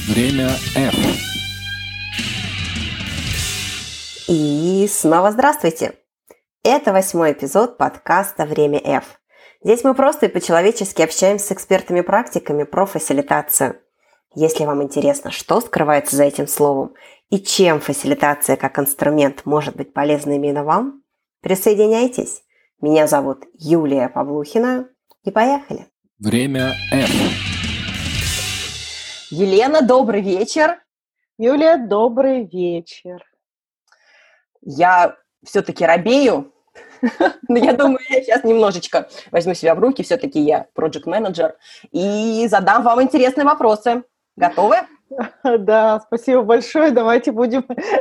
Время F. И снова здравствуйте! Это 8-й эпизод подкаста «Время F». Здесь мы просто и по-человечески общаемся с экспертами-практиками про фасилитацию. Если вам интересно, что скрывается за этим словом и чем фасилитация как инструмент может быть полезна именно вам, присоединяйтесь. Меня зовут Юлия Павлухина. И поехали! Время F. Елена, добрый вечер! Юлия, добрый вечер! Я все-таки робею, но я думаю, я сейчас немножечко возьму себя в руки, все-таки я проект-менеджер, и задам вам интересные вопросы. Готовы? Да, спасибо большое. Давайте будем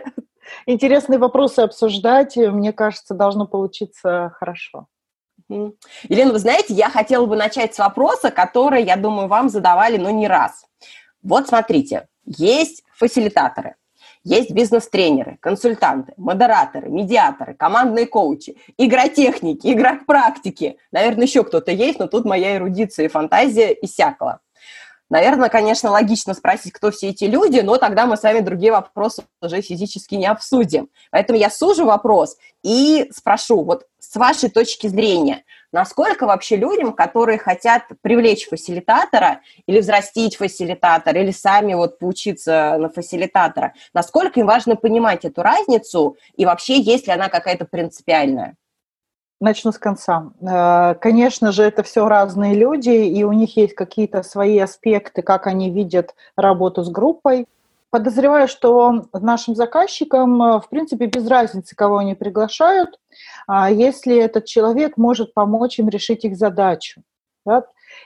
интересные вопросы обсуждать. Мне кажется, должно получиться хорошо. Елена, вы знаете, я хотела бы начать с вопроса, который, я думаю, вам задавали, но не раз. Вот смотрите, есть фасилитаторы, есть бизнес-тренеры, консультанты, модераторы, медиаторы, командные коучи, игротехники, игрок-практики. Наверное, еще кто-то есть, но тут моя эрудиция и фантазия иссякла. Наверное, конечно, логично спросить, кто все эти люди, но тогда мы с вами другие вопросы уже физически не обсудим. Поэтому я сужу вопрос и спрошу, вот с вашей точки зрения, насколько вообще людям, которые хотят привлечь фасилитатора или взрастить фасилитатора, или сами вот поучиться на фасилитатора, насколько им важно понимать эту разницу и вообще есть ли она какая-то принципиальная? Начну с конца. Конечно же, это все разные люди, и у них есть какие-то свои аспекты, как они видят работу с группой. Подозреваю, что нашим заказчикам, в принципе, без разницы, кого они приглашают, если этот человек может помочь им решить их задачу. Да?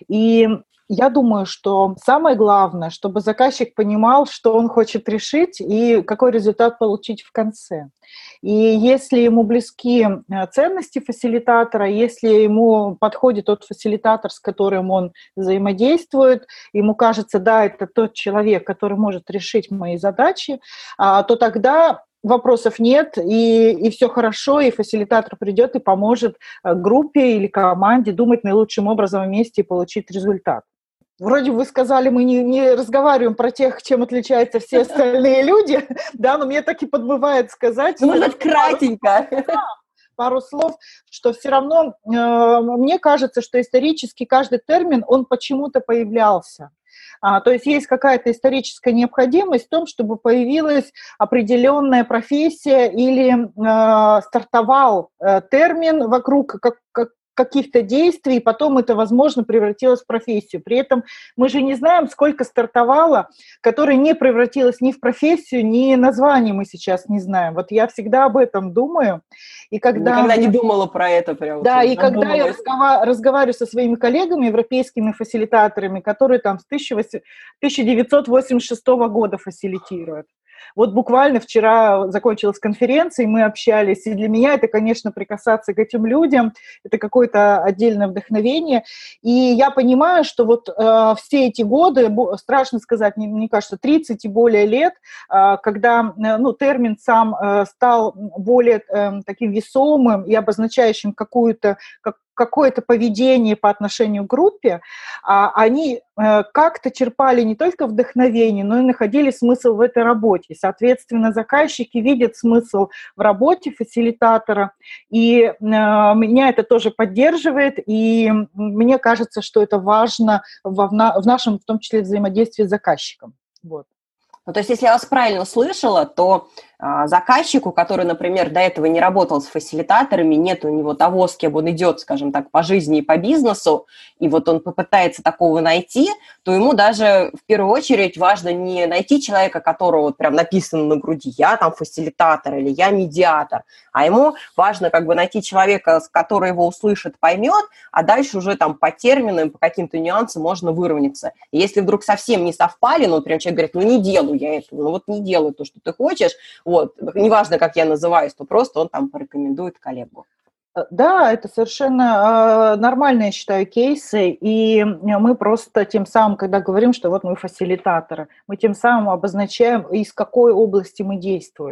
И я думаю, что самое главное, чтобы заказчик понимал, что он хочет решить и какой результат получить в конце. И если ему близки ценности фасилитатора, если ему подходит тот фасилитатор, с которым он взаимодействует, ему кажется, да, это тот человек, который может решить мои задачи, то тогда вопросов нет, и все хорошо, и фасилитатор придет и поможет группе или команде думать наилучшим образом вместе и получить результат. Вроде вы сказали, мы не разговариваем про тех, чем отличаются все остальные люди, да, но мне так и подбывает сказать. Может, кратенько. Пару слов, что все равно мне кажется, что исторически каждый термин, он почему-то появлялся. То есть есть какая-то историческая необходимость в том, чтобы появилась определенная профессия или стартовал термин вокруг каких-то действий, и потом это, возможно, превратилось в профессию. При этом мы же не знаем, сколько стартовало, которое не превратилось ни в профессию, ни название мы сейчас не знаем. Вот я всегда об этом думаю. И когда... Никогда не думала про это прям. Да, и когда я разговариваю со своими коллегами, европейскими фасилитаторами, которые там с 1986 года фасилитируют. Вот буквально вчера закончилась конференция, и мы общались, и для меня это, конечно, прикасаться к этим людям, это какое-то отдельное вдохновение, и я понимаю, что вот все эти годы, страшно сказать, мне кажется, 30 и более лет, когда термин сам стал более таким весомым и обозначающим какое-то поведение по отношению к группе, они как-то черпали не только вдохновение, но и находили смысл в этой работе. Соответственно, заказчики видят смысл в работе фасилитатора, и меня это тоже поддерживает, и мне кажется, что это важно в нашем, в том числе, взаимодействии с заказчиком. Вот. Ну, то есть, если я вас правильно слышала, то заказчику, который, например, до этого не работал с фасилитаторами, нет у него того, с кем он идет, скажем так, по жизни и по бизнесу, и вот он попытается такого найти, то ему даже в первую очередь важно не найти человека, которого вот прям написано на груди «я там фасилитатор» или «я медиатор», а ему важно как бы найти человека, который его услышит, поймет, а дальше уже там по терминам, по каким-то нюансам можно выровняться. И если вдруг совсем не совпали, ну, прям человек говорит, не делаю я это, не делаю то, что ты хочешь, вот, неважно, как я называюсь, то просто он там порекомендует коллегу. Да, это совершенно нормальные, я считаю, кейсы, и мы просто тем самым, когда говорим, что вот мы фасилитаторы, мы тем самым обозначаем, из какой области мы действуем.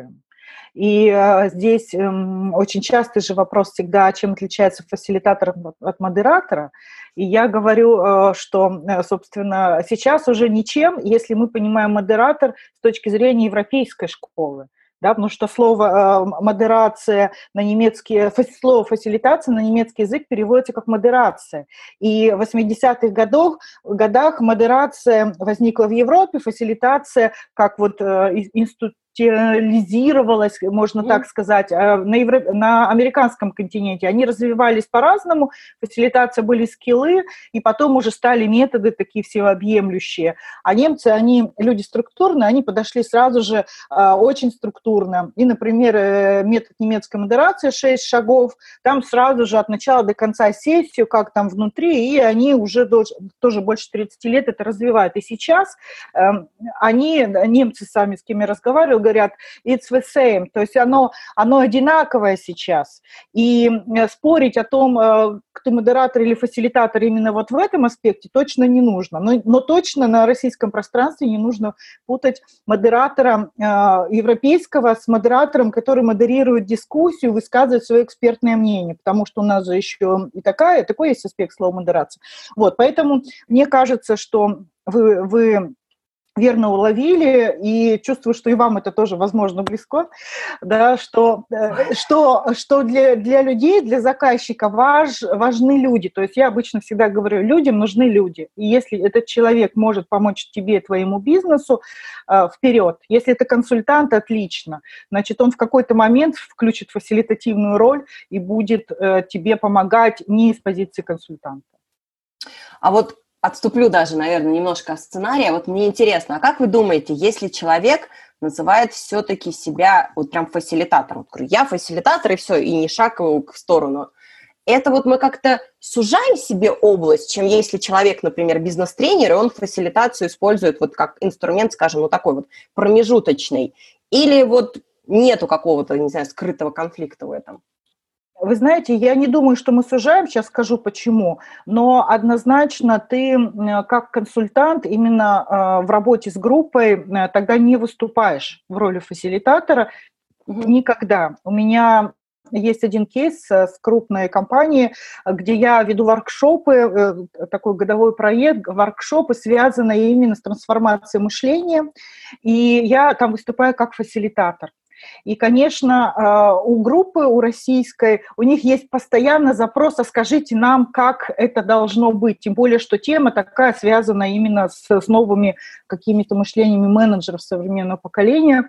И здесь очень частый же вопрос всегда, чем отличается фасилитатор от модератора. И я говорю, что, собственно, сейчас уже ничем, если мы понимаем модератор с точки зрения европейской школы. Да, потому что слово модерация на немецкий, слово фасилитация на немецкий язык переводится как модерация. И в 80-х годах модерация возникла в Европе, фасилитация как вот институциализировалась, можно так сказать, на американском континенте. Они развивались по-разному, фасилитация были скиллы, и потом уже стали методы такие всеобъемлющие. А немцы, они люди структурные, они подошли сразу же очень структурно. И, например, метод немецкой модерации 6 шагов, там сразу же от начала до конца сессию, как там внутри, и они уже тоже больше 30 лет это развивают. И сейчас немцы сами, с кем я разговаривала, говорят, it's the same, то есть оно одинаковое сейчас. И спорить о том, кто модератор или фасилитатор именно вот в этом аспекте точно не нужно. Но точно на российском пространстве не нужно путать модератора европейского с модератором, который модерирует дискуссию, высказывает свое экспертное мнение, потому что у нас же еще и такой есть аспект слова модерация. Вот, поэтому мне кажется, что вы верно уловили, и чувствую, что и вам это тоже, возможно, близко, да, что для людей, для заказчика важны люди. То есть я обычно всегда говорю, людям нужны люди. И если этот человек может помочь тебе, твоему бизнесу, вперед. Если это консультант, отлично. Значит, он в какой-то момент включит фасилитативную роль и будет тебе помогать не из позиции консультанта. А вот отступлю даже, наверное, немножко от сценария. Вот мне интересно, а как вы думаете, если человек называет все-таки себя вот прям фасилитатором, вот говорю, я фасилитатор и все, и ни шаг в сторону, это вот мы как-то сужаем себе область, чем если человек, например, бизнес-тренер, и он фасилитацию использует вот как инструмент, скажем, ну такой вот промежуточный, или вот нету какого-то, не знаю, скрытого конфликта в этом? Вы знаете, я не думаю, что мы сужаем, сейчас скажу почему, но однозначно ты как консультант именно в работе с группой тогда не выступаешь в роли фасилитатора никогда. У меня есть один кейс с крупной компанией, где я веду воркшопы, такой годовой проект, воркшопы, связанные именно с трансформацией мышления, и я там выступаю как фасилитатор. И, конечно, у группы, у российской, у них есть постоянно запрос, а скажите нам, как это должно быть. Тем более, что тема такая связана именно с новыми какими-то мышлениями менеджеров современного поколения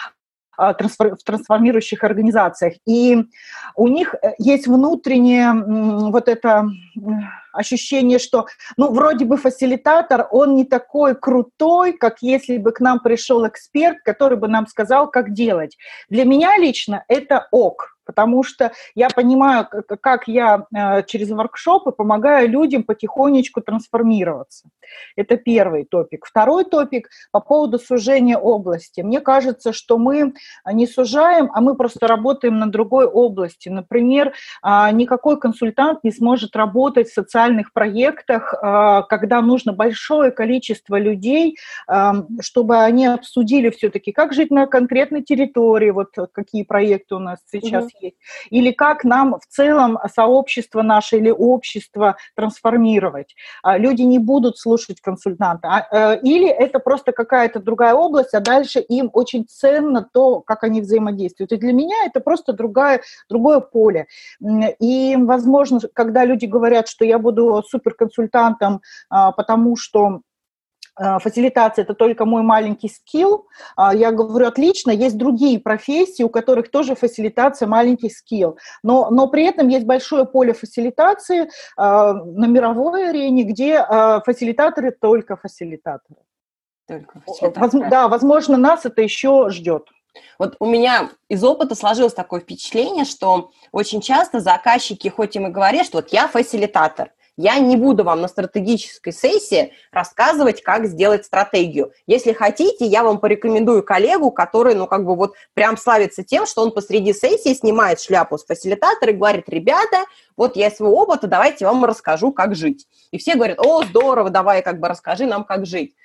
в трансформирующих организациях. И у них есть внутреннее вот это ощущение, что, ну, вроде бы фасилитатор, он не такой крутой, как если бы к нам пришел эксперт, который бы нам сказал, как делать. Для меня лично это ок, потому что я понимаю, как я через воркшопы помогаю людям потихонечку трансформироваться. Это первый топик. Второй топик по поводу сужения области. Мне кажется, что мы не сужаем, а мы просто работаем на другой области. Например, никакой консультант не сможет работать в социальных проектах, когда нужно большое количество людей, чтобы они обсудили все-таки, как жить на конкретной территории, вот какие проекты у нас сейчас есть, или как нам в целом сообщество наше или общество трансформировать. Люди не будут слушать консультанта. Или это просто какая-то другая область, а дальше им очень ценно то, как они взаимодействуют. И для меня это просто другое поле. И, возможно, когда люди говорят, что я буду суперконсультантом, потому что фасилитация – это только мой маленький скилл. Я говорю, отлично, есть другие профессии, у которых тоже фасилитация – маленький скилл. Но при этом есть большое поле фасилитации на мировой арене, где фасилитаторы только фасилитаторы. Только фасилитаторы. Да, возможно, нас это еще ждет. Вот у меня из опыта сложилось такое впечатление, что очень часто заказчики, хоть им и говорят, что вот я фасилитатор, я не буду вам на стратегической сессии рассказывать, как сделать стратегию. Если хотите, я вам порекомендую коллегу, который, ну, как бы вот прям славится тем, что он посреди сессии снимает шляпу с фасилитатора и говорит, ребята, вот я из своего опыта, давайте я вам расскажу, как жить. И все говорят, о, здорово, давай как бы расскажи нам, как жить.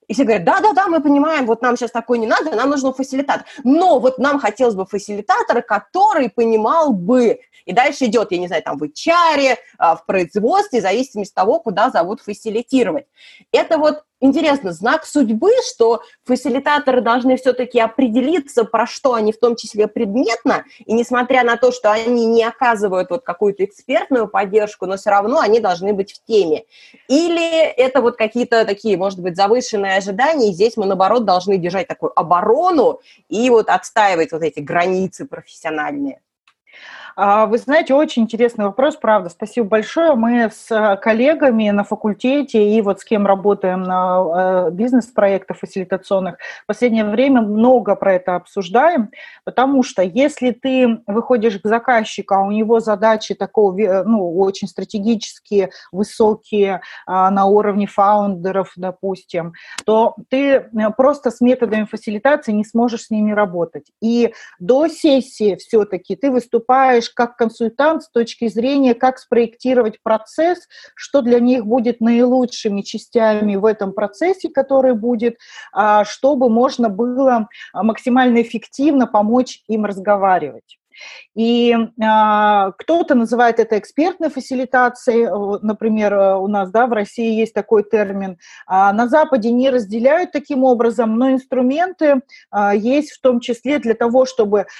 И все говорят, да-да-да, мы понимаем, вот нам сейчас такой не надо, нам нужен фасилитатор. Но вот нам хотелось бы фасилитатора, который понимал бы. И дальше идет, я не знаю, там в HR, в производстве, в зависимости от того, куда зовут фасилитировать. Это вот интересно, знак судьбы, что фасилитаторы должны все-таки определиться, про что они в том числе предметно, и несмотря на то, что они не оказывают вот какую-то экспертную поддержку, но все равно они должны быть в теме. Или это вот какие-то такие, может быть, завышенные ожидания, и здесь мы, наоборот, должны держать такую оборону и вот отстаивать вот эти границы профессиональные. Вы знаете, очень интересный вопрос, правда. Спасибо большое. Мы с коллегами на факультете и вот с кем работаем на бизнес-проектах фасилитационных в последнее время много про это обсуждаем, потому что если ты выходишь к заказчику, а у него задачи такого, очень стратегические, высокие, на уровне фаундеров, допустим, то ты просто с методами фасилитации не сможешь с ними работать. И до сессии все-таки ты выступаешь как консультант с точки зрения, как спроектировать процесс, что для них будет наилучшими частями в этом процессе, который будет, чтобы можно было максимально эффективно помочь им разговаривать. И кто-то называет это экспертной фасилитацией, например, у нас, да, в России есть такой термин. На Западе не разделяют таким образом, но инструменты есть в том числе для того, чтобы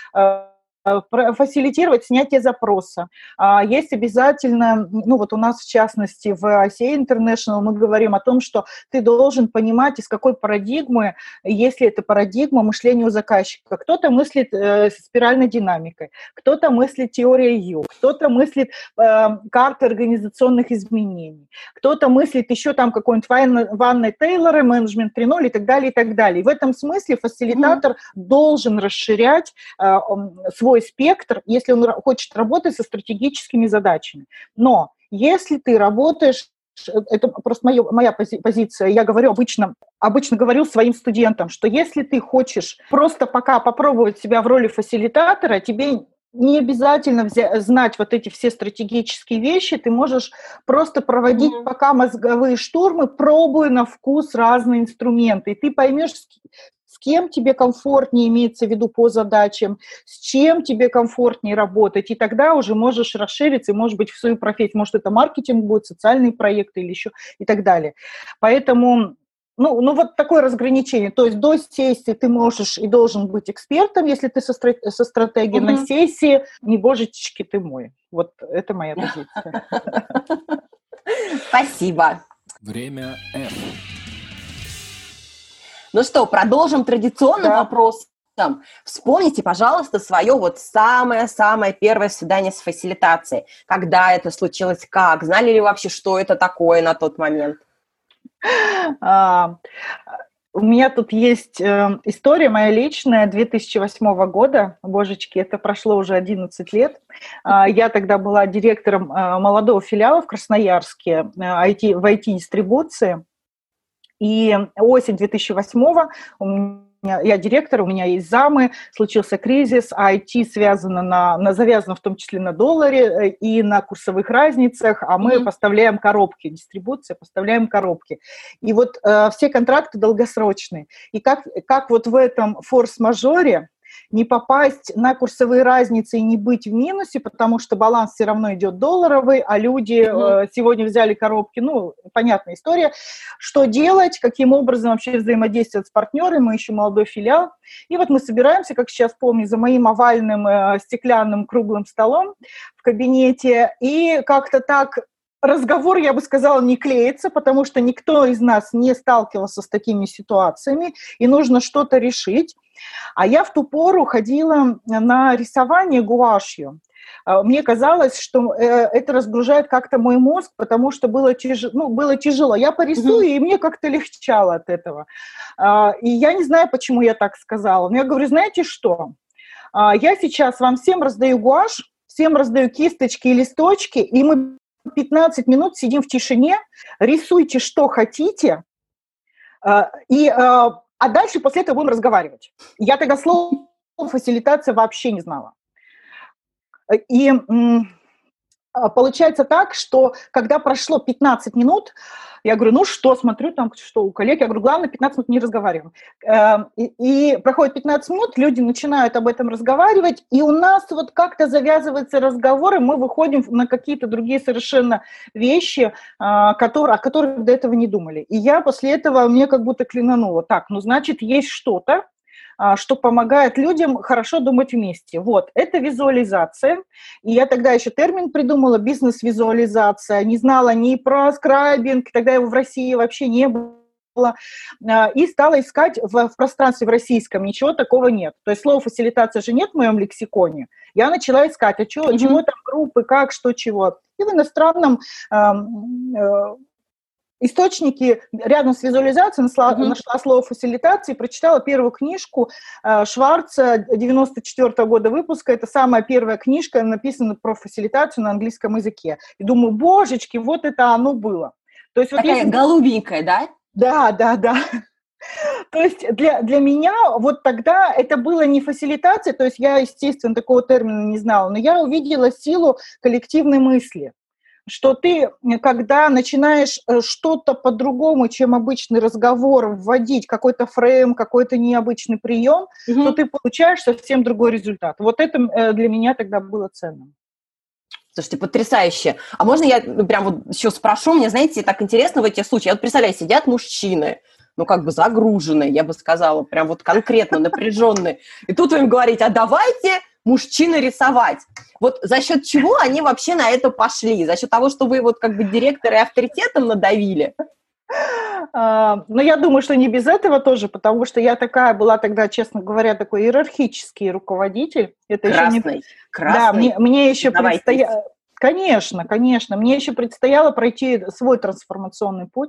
фасилитировать снятие запроса. Есть обязательно, вот у нас в частности в ICA International мы говорим о том, что ты должен понимать, из какой парадигмы, если это парадигма мышления у заказчика. Кто-то мыслит спиральной динамикой, кто-то мыслит теорией Ю, кто-то мыслит картой организационных изменений, кто-то мыслит еще там какой-нибудь Ванной Тейлора, менеджмент 3.0 и так далее, и так далее. И в этом смысле фасилитатор должен расширять свой спектр, если он хочет работать со стратегическими задачами. Но если ты работаешь, это просто моя позиция, я говорю обычно говорю своим студентам, что если ты хочешь просто пока попробовать себя в роли фасилитатора, тебе не обязательно знать вот эти все стратегические вещи, ты можешь просто проводить пока мозговые штурмы, пробуя на вкус разные инструменты, и ты поймешь, с кем тебе комфортнее, имеется в виду по задачам, с чем тебе комфортнее работать, и тогда уже можешь расшириться, и, может быть, в свою профессию, может, это маркетинг будет, социальные проекты или еще и так далее. Поэтому, вот такое разграничение. То есть до сессии ты можешь и должен быть экспертом, если ты со стратегией, на сессии не божечки ты мой. Вот это моя позиция. Спасибо. Время F. Ну что, продолжим традиционным вопросом. Вспомните, пожалуйста, свое вот самое-самое первое свидание с фасилитацией. Когда это случилось, как? Знали ли вообще, что это такое на тот момент? У меня тут есть история моя личная 2008 года. Божечки, это прошло уже 11 лет. Я тогда была директором молодого филиала в Красноярске в IT-дистрибуции. И осень 2008-го я директор, у меня есть замы, случился кризис, а IT завязано в том числе на долларе и на курсовых разницах, а мы поставляем коробки, дистрибуция, поставляем коробки. И вот все контракты долгосрочные. И как вот в этом форс-мажоре не попасть на курсовые разницы и не быть в минусе, потому что баланс все равно идет долларовый, а люди сегодня взяли коробки, понятная история. Что делать, каким образом вообще взаимодействовать с партнерами, мы еще молодой филиал. И вот мы собираемся, как сейчас помню, за моим овальным стеклянным круглым столом в кабинете, и как-то так разговор, я бы сказала, не клеится, потому что никто из нас не сталкивался с такими ситуациями, и нужно что-то решить. А я в ту пору ходила на рисование гуашью. Мне казалось, что это разгружает как-то мой мозг, потому что было тяжело. Я порисую, и мне как-то легчало от этого. И я не знаю, почему я так сказала. Но я говорю, знаете что? Я сейчас вам всем раздаю гуашь, всем раздаю кисточки и листочки, и мы 15 минут сидим в тишине, рисуйте, что хотите, а дальше после этого будем разговаривать. Я тогда слово фасилитация вообще не знала. И получается так, что когда прошло 15 минут, я говорю, ну что, смотрю там, что у коллег, я говорю, главное, 15 минут не разговариваем. И проходит 15 минут, люди начинают об этом разговаривать, и у нас вот как-то завязывается разговор, и мы выходим на какие-то другие совершенно вещи, о которых до этого не думали. И я после этого, мне как будто клинануло, так, ну значит, есть что-то, что помогает людям хорошо думать вместе. Вот, это визуализация. И я тогда еще термин придумала, бизнес-визуализация. Не знала ни про скрайбинг, тогда его в России вообще не было. И стала искать в пространстве в российском, ничего такого нет. То есть слова фасилитация же нет в моем лексиконе. Я начала искать, чего там группы, как, что, чего. И в иностранном источники рядом с визуализацией нашла слово фасилитации, прочитала первую книжку Шварца 94 года выпуска. Это самая первая книжка, написана про фасилитацию на английском языке. И думаю, божечки, вот это оно было. То есть, такая вот голубенькая, да? Да. То есть для меня вот тогда это было не фасилитация, то есть я, естественно, такого термина не знала, но я увидела силу коллективной мысли. Что ты, когда начинаешь что-то по-другому, чем обычный разговор, вводить какой-то фрейм, какой-то необычный прием, то ты получаешь совсем другой результат. Вот это для меня тогда было ценным. Слушайте, потрясающе. А можно я прям вот еще спрошу? Мне, знаете, так интересно в этих случаях. Я вот представляю, сидят мужчины, ну, как бы загруженные, я бы сказала, прям вот конкретно напряженные. И тут вы им говорите, а давайте мужчины рисовать. Вот за счет чего они вообще на это пошли? За счет того, что вы вот как бы директоры авторитетом надавили? Но я думаю, что не без этого тоже, потому что я такая была тогда, честно говоря, такой иерархический руководитель. Это красный. Да, мне еще предстояло... Конечно. Мне еще предстояло пройти свой трансформационный путь.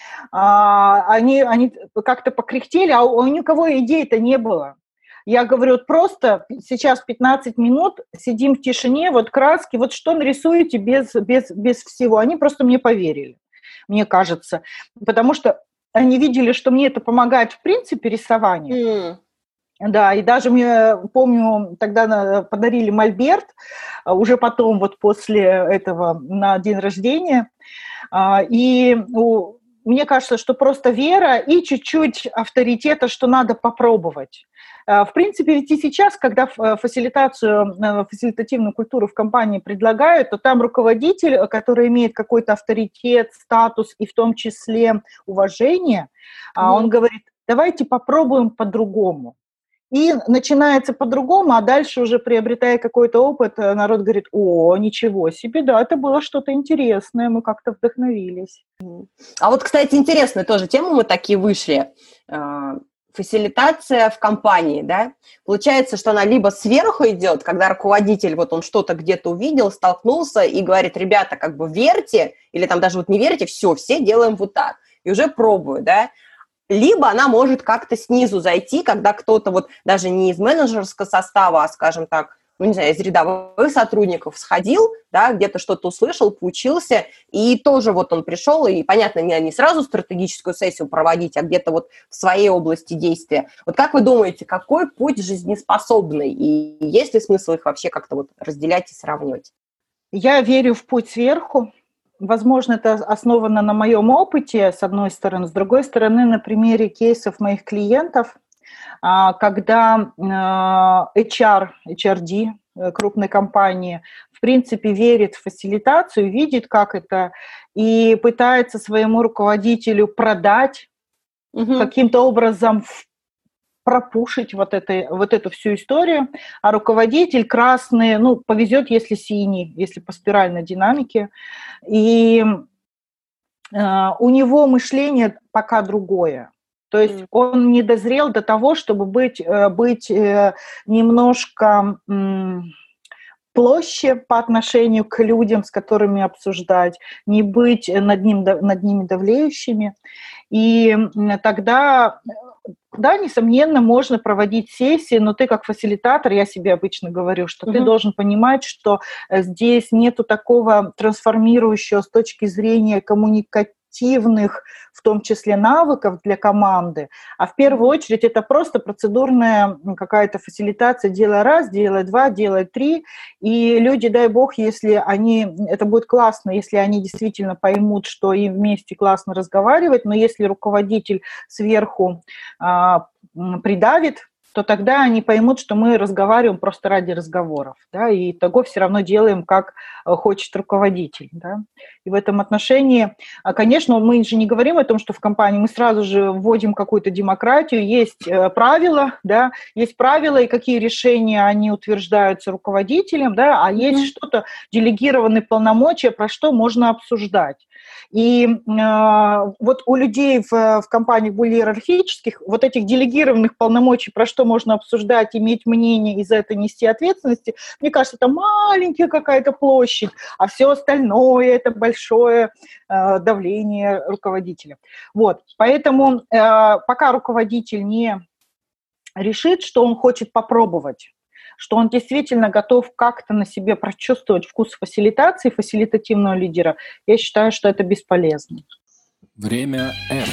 Они как-то покряхтели, а у никого идей-то не было. Я говорю, вот просто сейчас 15 минут сидим в тишине, вот краски, вот что нарисуете без всего. Они просто мне поверили, мне кажется, потому что они видели, что мне это помогает в принципе рисованию. Да, и даже мне, помню, тогда подарили мольберт, уже потом вот после этого на день рождения, и мне кажется, что просто вера и чуть-чуть авторитета, что надо попробовать. В принципе, ведь и сейчас, когда фасилитативную культуру в компании предлагают, то там руководитель, который имеет какой-то авторитет, статус и в том числе уважение, он говорит, давайте попробуем по-другому. И начинается по-другому, а дальше уже приобретая какой-то опыт, народ говорит, о, ничего себе, да, это было что-то интересное, мы как-то вдохновились. А вот, кстати, интересная тоже тема, мы такие вышли. Фасилитация в компании, да? Получается, что она либо сверху идет, когда руководитель, вот он что-то где-то увидел, столкнулся и говорит, ребята, как бы верьте, или там даже вот не верьте, все делаем вот так, и уже пробуют, да? Либо она может как-то снизу зайти, когда кто-то вот даже не из менеджерского состава, а, скажем так, ну, не знаю, из рядовых сотрудников сходил, да, где-то что-то услышал, поучился, и тоже вот он пришел, и, понятно, не сразу стратегическую сессию проводить, а где-то вот в своей области действия. Вот как вы думаете, какой путь жизнеспособный, и есть ли смысл их вообще как-то вот разделять и сравнивать? Я верю в путь сверху. Возможно, это основано на моем опыте, с одной стороны. С другой стороны, на примере кейсов моих клиентов, когда HRD крупной компании, в принципе, верит в фасилитацию, видит, как это, и пытается своему руководителю продать, каким-то образом пропушить вот эту всю историю, а руководитель красный, ну, повезет, если синий, если по спиральной динамике, и у него мышление пока другое. То есть он не дозрел до того, чтобы быть немножко площе по отношению к людям, с которыми обсуждать, не быть над ними давлеющими. И тогда, да, несомненно, можно проводить сессии, но ты как фасилитатор, я себе обычно говорю, что ты должен понимать, что здесь нету такого трансформирующего с точки зрения коммуникативного эффективных, в том числе навыков для команды, а в первую очередь это просто процедурная какая-то фасилитация, делай раз, делай два, делай три, и люди, дай бог, если это будет классно, если они действительно поймут, что им вместе классно разговаривать, но если руководитель сверху придавит, то тогда они поймут, что мы разговариваем просто ради разговоров, да, и того все равно делаем, как хочет руководитель, да. И в этом отношении, конечно, мы же не говорим о том, что в компании мы сразу же вводим какую-то демократию, есть правила, да, есть правила, и какие решения они утверждаются руководителем, да, а есть что-то, делегированные полномочия, про что можно обсуждать. И вот у людей в компаниях более иерархических вот этих делегированных полномочий, про что можно обсуждать, иметь мнение и за это нести ответственности, мне кажется, это маленькая какая-то площадь, а все остальное – это большое давление руководителя. Вот, поэтому пока руководитель не решит, что он хочет попробовать, что он действительно готов как-то на себе прочувствовать вкус фасилитации, фасилитативного лидера, я считаю, что это бесполезно. Время F.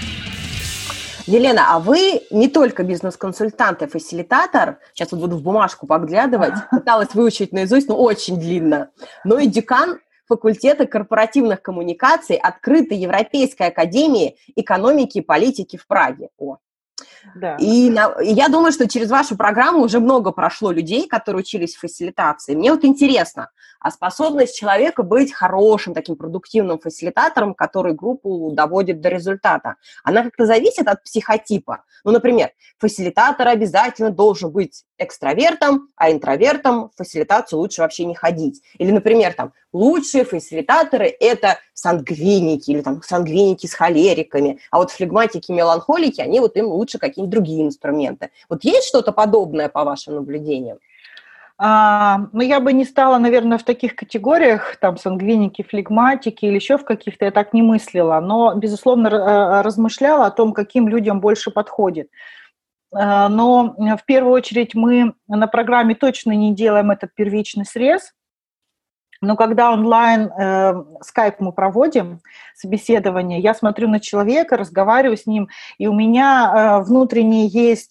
Елена, а вы не только бизнес-консультант и фасилитатор, сейчас вот буду в бумажку поглядывать, пыталась выучить наизусть, но очень длинно, но и декан факультета корпоративных коммуникаций Открытой Европейской академии экономики и политики в Праге. Да. И я думаю, что через вашу программу уже много прошло людей, которые учились в фасилитации. Мне вот интересно, а способность человека быть хорошим таким продуктивным фасилитатором, который группу доводит до результата, она как-то зависит от психотипа? Ну, например, фасилитатор обязательно должен быть экстравертом, а интровертом в фасилитацию лучше вообще не ходить. Или, например, там, лучшие фасилитаторы – это сангвиники или там сангвиники с холериками, а вот флегматики, меланхолики, они вот им лучше какие-нибудь другие инструменты. Вот есть что-то подобное по вашим наблюдениям? Ну, я бы не стала, наверное, в таких категориях, там, сангвиники, флегматики или еще в каких-то, я так не мыслила, но, безусловно, размышляла о том, каким людям больше подходит. Но в первую очередь мы на программе точно не делаем этот первичный срез, но когда онлайн скайп мы проводим, собеседование, я смотрю на человека, разговариваю с ним, и у меня внутренне есть,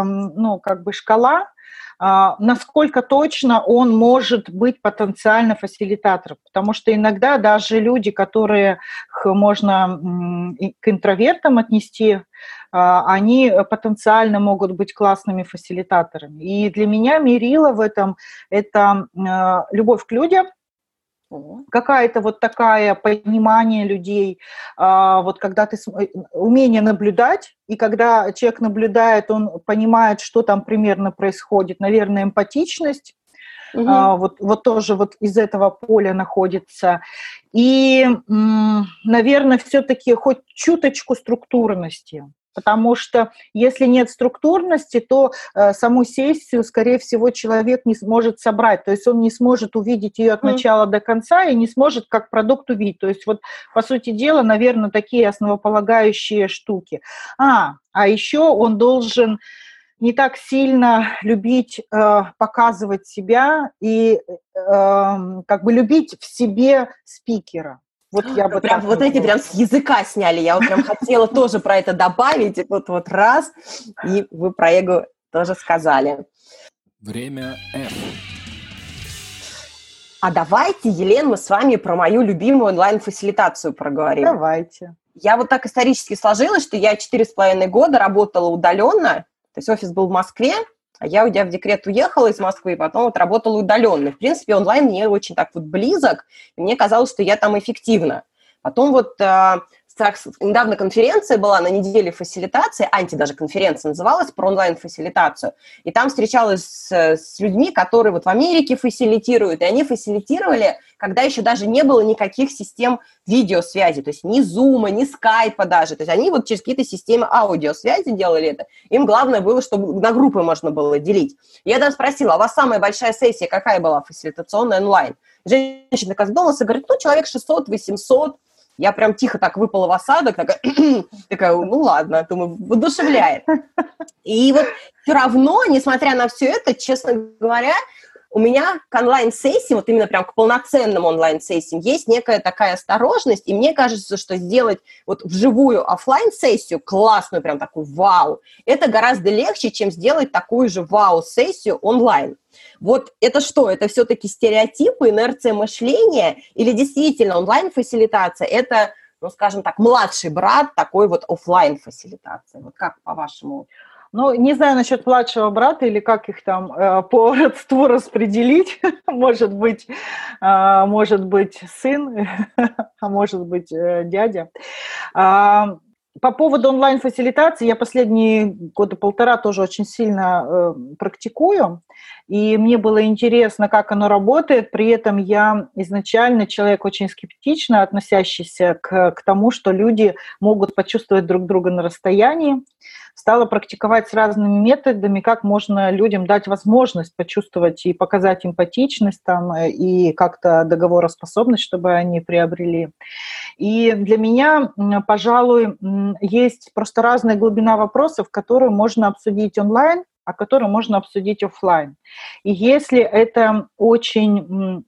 шкала, насколько точно он может быть потенциально фасилитатором. Потому что иногда даже люди, которых можно к интровертам отнести, они потенциально могут быть классными фасилитаторами. И для меня мерило в этом – это любовь к людям, какая-то вот такая понимание людей, вот когда ты умение наблюдать, и когда человек наблюдает, он понимает, что там примерно происходит, наверное, эмпатичность, вот тоже вот из этого поля находится, и, наверное, все-таки хоть чуточку структурности. Потому что если нет структурности, то саму сессию, скорее всего, человек не сможет собрать. То есть он не сможет увидеть ее от начала до конца и не сможет как продукт увидеть. То есть вот, по сути дела, наверное, такие основополагающие штуки. А еще он должен не так сильно любить показывать себя и любить в себе спикера. Вот я бы прям вот эти прям с языка сняли. Я вот прям хотела тоже про это добавить. И тут вот раз, и вы про эго тоже сказали. Время F. А давайте, Елена, мы с вами про мою любимую онлайн-фасилитацию проговорим. Давайте. Я вот так исторически сложилась, что я 4,5 года работала удаленно. То есть офис был в Москве, а я в декрет уехала из Москвы, и потом вот работала удаленно. В принципе, онлайн мне очень так вот близок, и мне казалось, что я там эффективна. Потом вот недавно конференция была на неделе фасилитации, даже конференция называлась, про онлайн-фасилитацию, и там встречалась с людьми, которые вот в Америке фасилитируют, и они фасилитировали, когда еще даже не было никаких систем видеосвязи, то есть ни Zoom, ни Skype даже, то есть они вот через какие-то системы аудиосвязи делали это, им главное было, чтобы на группы можно было делить. Я даже спросила, а у вас самая большая сессия какая была фасилитационная онлайн? Женщина такая задумалась и говорит, человек 600-800. Я прям тихо так выпала в осадок, такая, ну ладно, думаю, воодушевляет. И вот все равно, несмотря на все это, честно говоря, у меня к онлайн-сессиям, вот именно прям к полноценным онлайн-сессиям, есть некая такая осторожность, и мне кажется, что сделать вот вживую офлайн-сессию, классную, прям такую вау, это гораздо легче, чем сделать такую же вау-сессию онлайн. Вот это что? Это все-таки стереотипы, инерция мышления, или действительно онлайн-фасилитация – это, ну, скажем так, младший брат такой вот офлайн-фасилитации? Вот как по-вашему? Ну, не знаю насчет младшего брата или как их там по родству распределить. Может быть сын, а может быть дядя. По поводу онлайн-фасилитации я последние года полтора тоже очень сильно практикую, и мне было интересно, как оно работает. При этом я изначально человек очень скептично относящийся к тому, что люди могут почувствовать друг друга на расстоянии. Стала практиковать с разными методами, как можно людям дать возможность почувствовать и показать эмпатичность там, и как-то договороспособность, чтобы они приобрели. И для меня, пожалуй, есть просто разная глубина вопросов, которые можно обсудить онлайн, а которые можно обсудить офлайн. И если это очень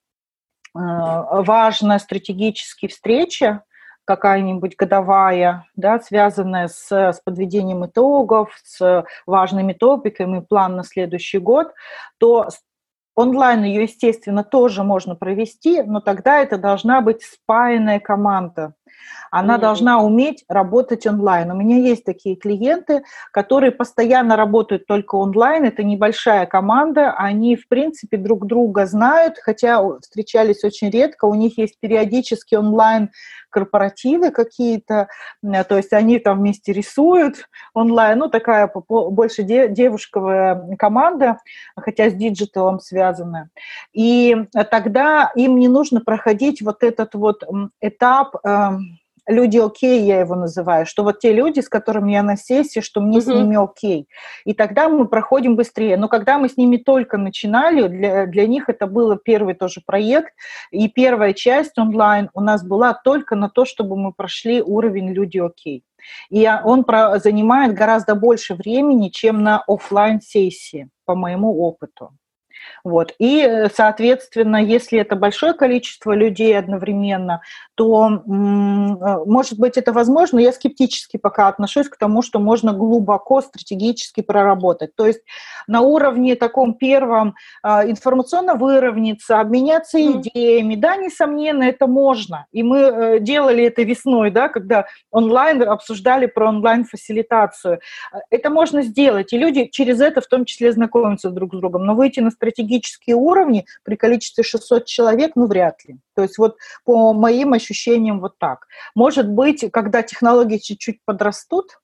важная стратегическая встреча, какая-нибудь годовая, да, связанная с подведением итогов, с важными топиками, план на следующий год, то онлайн ее, естественно, тоже можно провести, но тогда это должна быть спаянная команда. Она должна уметь работать онлайн. У меня есть такие клиенты, которые постоянно работают только онлайн. Это небольшая команда. Они, в принципе, друг друга знают, хотя встречались очень редко. У них есть периодически онлайн-корпоративы какие-то. То есть они там вместе рисуют онлайн. Ну, такая больше девушковая команда, хотя с диджиталом связана. И тогда им не нужно проходить вот этот вот этап люди окей, я его называю, что вот те люди, с которыми я на сессии, что мне с ними окей. И тогда мы проходим быстрее. Но когда мы с ними только начинали, для них это был первый тоже проект, и первая часть онлайн у нас была только на то, чтобы мы прошли уровень люди окей. И он занимает гораздо больше времени, чем на офлайн-сессии, по моему опыту. Вот. И, соответственно, если это большое количество людей одновременно, то, может быть, это возможно. Я скептически пока отношусь к тому, что можно глубоко стратегически проработать. То есть на уровне таком первом информационно выровняться, обменяться идеями. Да, несомненно, это можно. И мы делали это весной, да, когда онлайн обсуждали про онлайн-фасилитацию. Это можно сделать, и люди через это в том числе знакомятся друг с другом. Но выйти на стратегические уровни при количестве 600 человек, ну, вряд ли. То есть вот по моим ощущениям вот так. Может быть, когда технологии чуть-чуть подрастут,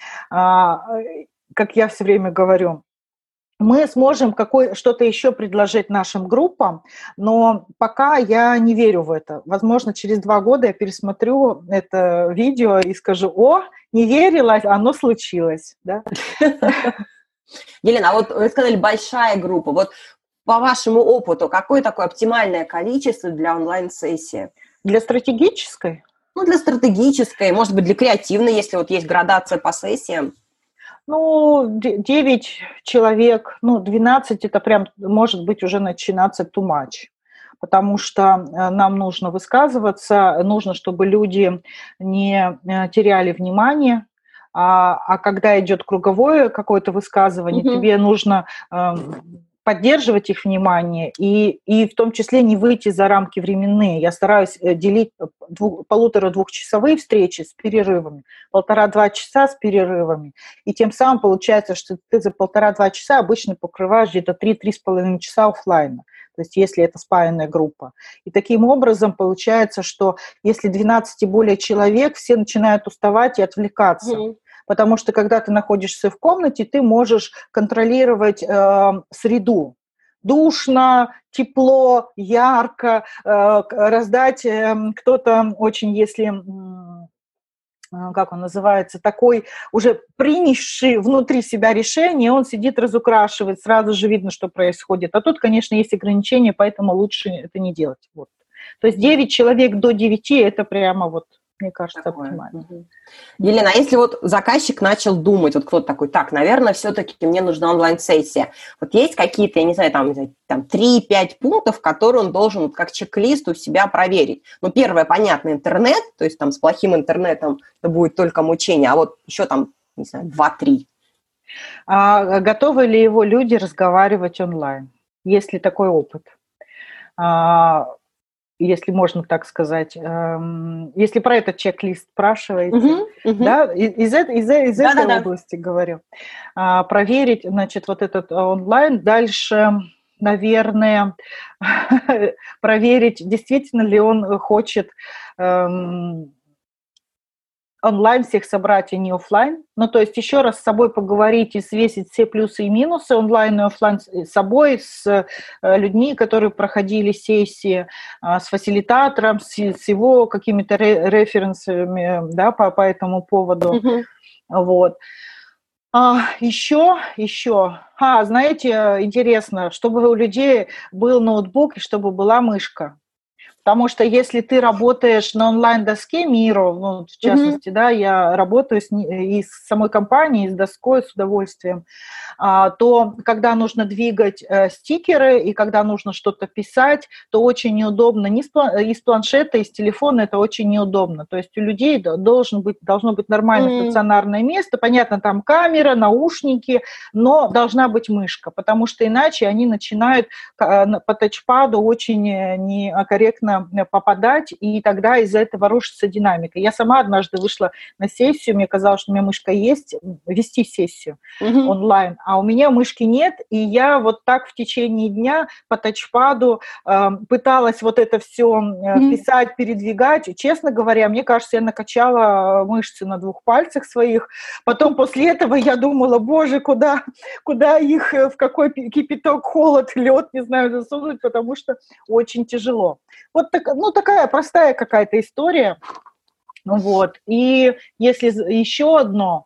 как я все время говорю, мы сможем что-то еще предложить нашим группам, но пока я не верю в это. Возможно, через 2 года я пересмотрю это видео и скажу: о, не верила, оно случилось. Да? Елена, а вот вы сказали большая группа. Вот по вашему опыту, какое такое оптимальное количество для онлайн-сессии? Для стратегической? Ну, для стратегической, может быть, для креативной, если вот есть градация по сессиям. Ну, 9 человек, 12 это прям может быть уже начинаться too much, потому что нам нужно высказываться, нужно, чтобы люди не теряли внимание, а когда идет круговое какое-то высказывание, тебе нужно поддерживать их внимание и в том числе не выйти за рамки временные. Я стараюсь делить 1,5-2-часовые встречи с перерывами, 1,5-2 часа с перерывами. И тем самым получается, что ты за 1,5-2 часа обычно покрываешь где-то 3-3,5 часа офлайна. То есть если это спаянная группа. И таким образом получается, что если 12 и более человек, все начинают уставать и отвлекаться. Потому что когда ты находишься в комнате, ты можешь контролировать среду. Душно, тепло, ярко, раздать кто-то очень, если, как он называется, такой уже принявший внутри себя решение, он сидит, разукрашивает, сразу же видно, что происходит. А тут, конечно, есть ограничения, поэтому лучше это не делать. Вот. То есть 9 человек до 9 – это прямо вот мне кажется, Такое. оптимально. Елена, а если вот заказчик начал думать, вот кто-то такой, так, наверное, все-таки мне нужна онлайн-сессия. Вот есть какие-то, я не знаю, там 3-5 пунктов, которые он должен вот как чек-лист у себя проверить. Ну, первое, понятно, интернет, то есть там с плохим интернетом это будет только мучение, а вот еще там, не знаю, 2-3. А готовы ли его люди разговаривать онлайн? Есть ли такой опыт? Если можно так сказать, если про этот чек-лист спрашиваете, да, из этой области говорю, проверить, значит, вот этот онлайн, дальше, наверное, проверить, действительно ли он хочет онлайн всех собрать, а не офлайн. Ну, то есть еще раз с собой поговорить и свесить все плюсы и минусы онлайн и офлайн с собой, с людьми, которые проходили сессии, с фасилитатором, с его какими-то референсами, да, по этому поводу. Вот. Еще, знаете, интересно, чтобы у людей был ноутбук и чтобы была мышка. Потому что если ты работаешь на онлайн-доске Miro, ну, в частности, да, я работаю и с самой компанией, и с доской, с удовольствием, то когда нужно двигать стикеры и когда нужно что-то писать, то очень неудобно. Из планшета, из телефона это очень неудобно. То есть у людей должно быть нормальное стационарное место. Понятно, там камера, наушники, но должна быть мышка, потому что иначе они начинают по тачпаду очень некорректно попадать, и тогда из-за этого рушится динамика. Я сама однажды вышла на сессию, мне казалось, что у меня мышка есть, вести сессию онлайн, а у меня мышки нет, и я вот так в течение дня по тачпаду пыталась вот это все писать, передвигать. Честно говоря, мне кажется, я накачала мышцы на 2 пальцах своих. Потом после этого я думала, боже, куда их, в какой кипяток, холод, лед, не знаю, засунуть, потому что очень тяжело. Вот такая простая какая-то история. Вот. И если еще одно.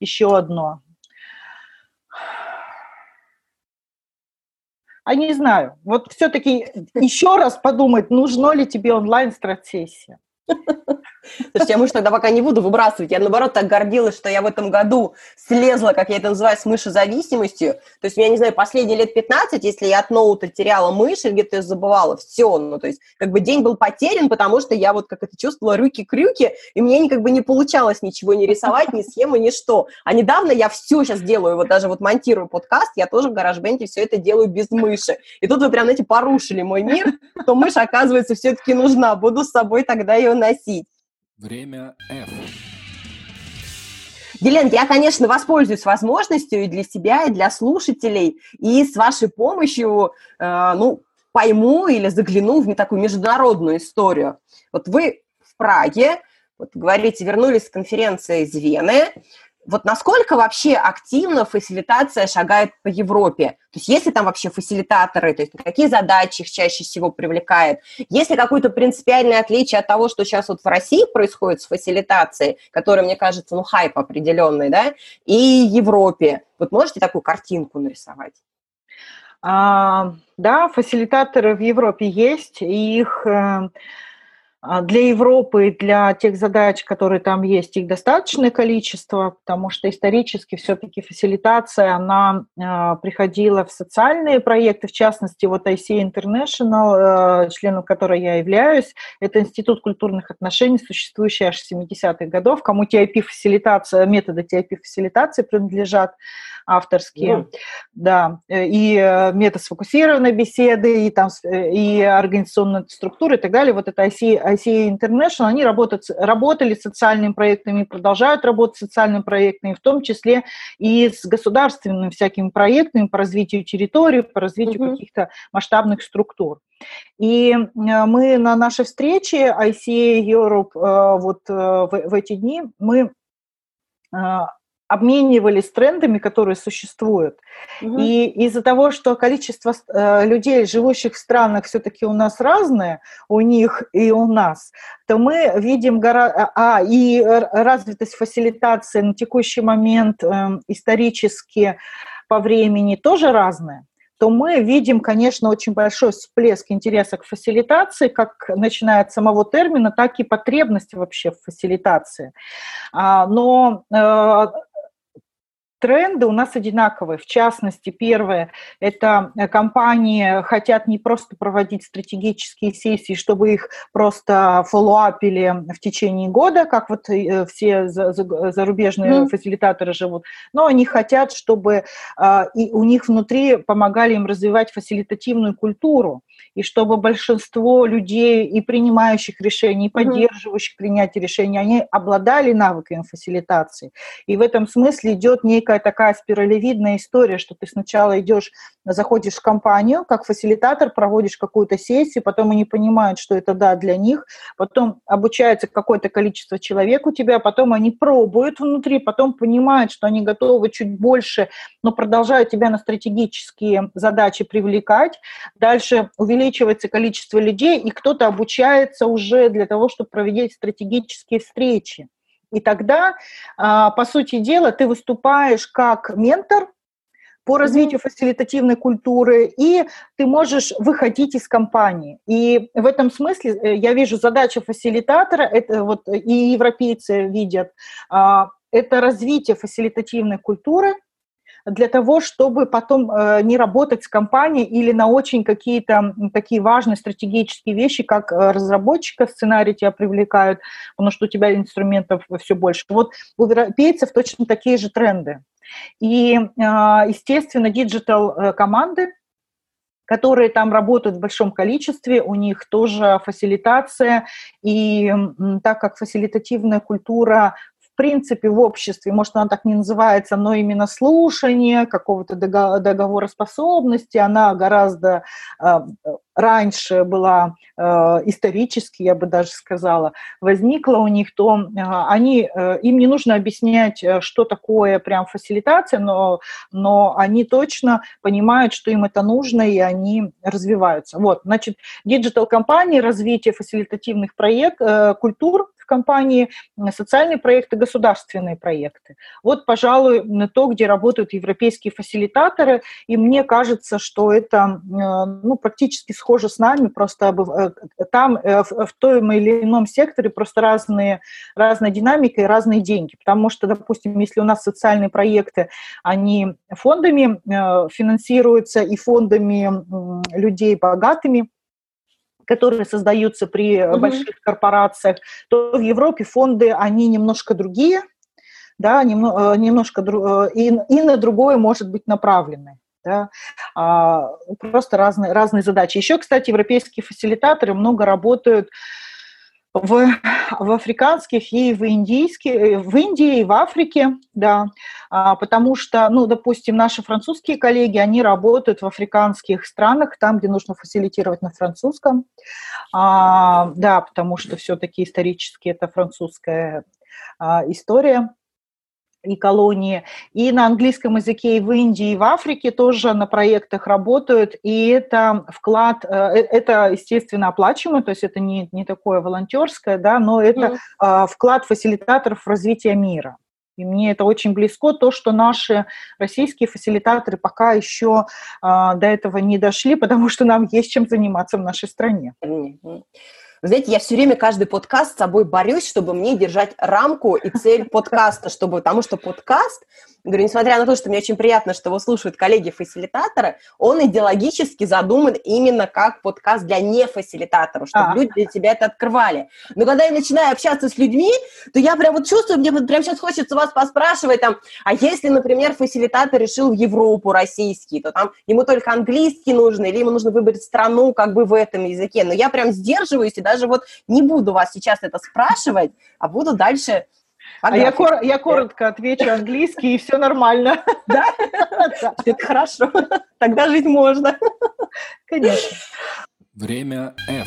Не знаю. Вот все-таки еще раз подумать, нужно ли тебе онлайн-стратсессия. Слушайте, я, может, тогда пока не буду выбрасывать. Я, наоборот, так гордилась, что я в этом году слезла, как я это называю, с мышезависимостью. То есть, я не знаю, последние лет 15, если я от ноута теряла мышь или где-то ее забывала, все. Ну, то есть, как бы день был потерян, потому что я вот как это чувствовала, руки-крюки, и мне как бы не получалось ничего не рисовать, ни схемы, ни что. А недавно я все сейчас делаю, вот даже вот монтирую подкаст, я тоже в GarageBand все это делаю без мыши. И тут вы прям, знаете, порушили мой мир, что мышь, оказывается, все-таки нужна. Буду с собой тогда ее носить. Время F. Елена, я, конечно, воспользуюсь возможностью и для себя, и для слушателей, и с вашей помощью, пойму или загляну в такую международную историю. Вот вы в Праге, вот говорите, вернулись с конференции из Вены. Вот насколько вообще активно фасилитация шагает по Европе? То есть есть ли там вообще фасилитаторы, то есть какие задачи их чаще всего привлекает? Есть ли какое-то принципиальное отличие от того, что сейчас вот в России происходит с фасилитацией, которая, мне кажется, хайп определенный, да, и Европе? Вот можете такую картинку нарисовать? Да, фасилитаторы в Европе есть, и их... Для Европы, для тех задач, которые там есть, их достаточное количество, потому что исторически все-таки фасилитация, она приходила в социальные проекты, в частности, вот ICA International, членом которой я являюсь, это Институт культурных отношений, существующий аж с 70-х годов, кому TIP-фасилитация, методы TIP-фасилитации принадлежат авторские, да, и метод сфокусированной беседы, и организационная структура и так далее. Вот это ICA International, они работали с социальными проектами, продолжают работать с социальными проектами, в том числе и с государственными всякими проектами по развитию территории, по развитию каких-то масштабных структур. И мы на нашей встрече ICA Europe в эти дни мы обменивались трендами, которые существуют. И из-за того, что количество людей, живущих в странах, все-таки у нас разное, у них и у нас, то мы видим и развитость фасилитации на текущий момент исторически по времени тоже разная. то мы видим, конечно, очень большой всплеск интереса к фасилитации, как начиная от самого термина, так и потребности вообще в фасилитации. Но тренды у нас одинаковые. В частности, первое, это компании хотят не просто проводить стратегические сессии, чтобы их просто фоллоуапили в течение года, как вот все зарубежные фасилитаторы живут, но они хотят, чтобы и у них внутри помогали им развивать фасилитативную культуру, и чтобы большинство людей и принимающих решений, и поддерживающих принятие решений, они обладали навыками фасилитации. И в этом смысле идет некая такая спиралевидная история, что ты сначала заходишь в компанию, как фасилитатор, проводишь какую-то сессию, потом они понимают, что это да для них, потом обучается какое-то количество человек у тебя, потом они пробуют внутри, потом понимают, что они готовы чуть больше, но продолжают тебя на стратегические задачи привлекать. Дальше увеличивается количество людей, и кто-то обучается уже для того, чтобы проводить стратегические встречи. И тогда, по сути дела, ты выступаешь как ментор по развитию фасилитативной культуры, и ты можешь выходить из компании. И в этом смысле я вижу задачу фасилитатора, это вот и европейцы видят, это развитие фасилитативной культуры, для того, чтобы потом не работать с компанией или на очень какие-то такие важные стратегические вещи, как разработчика сценария тебя привлекают, потому что у тебя инструментов все больше. Вот у европейцев точно такие же тренды. И, естественно, диджитал-команды, которые там работают в большом количестве, у них тоже фасилитация, и так как фасилитативная культура в принципе, в обществе, может, она так не называется, но именно слушание, какого-то договороспособности, она гораздо раньше была исторически, я бы даже сказала, возникла у них, то им не нужно объяснять, что такое прям фасилитация, но они точно понимают, что им это нужно, и они развиваются. Вот, значит, диджитал-компании, развитие фасилитативных культур в компании, социальные проекты, государственные проекты. Вот, пожалуй, то, где работают европейские фасилитаторы, и мне кажется, что это практически схоже с нами, просто там в том или ином секторе просто разная динамика и разные деньги, потому что, допустим, если у нас социальные проекты, они фондами финансируются и фондами людей богатыми, которые создаются при больших корпорациях, то в Европе фонды, они немножко другие, да, немножко и на другое может быть направлены. Да, просто разные задачи. Еще, кстати, европейские фасилитаторы много работают в африканских и в Индии и в Африке, да, потому что, допустим, наши французские коллеги, они работают в африканских странах, там, где нужно фасилитировать на французском, да, потому что все-таки исторически это французская история и колонии, и на английском языке и в Индии, и в Африке тоже на проектах работают, и это вклад, это, естественно, оплачиваемо, то есть это не такое волонтерское, да, но это вклад фасилитаторов в развитие мира. И мне это очень близко, то, что наши российские фасилитаторы пока еще до этого не дошли, потому что нам есть чем заниматься в нашей стране. Вы знаете, я все время каждый подкаст с собой борюсь, чтобы мне держать рамку и цель подкаста, потому что подкаст, говорю, несмотря на то, что мне очень приятно, что его слушают коллеги-фасилитаторы, он идеологически задуман именно как подкаст для нефасилитаторов, чтобы люди для тебя это открывали. Но когда я начинаю общаться с людьми, то я прям вот чувствую, мне вот прям сейчас хочется вас поспрашивать, а если, например, фасилитатор решил в Европу российский, то там ему только английский нужен, или ему нужно выбрать страну как бы в этом языке. Но я прям сдерживаюсь и даже вот не буду вас сейчас это спрашивать, а буду дальше... я коротко отвечу английский, и все нормально. Да? Это хорошо. Тогда жить можно. Конечно. Время F.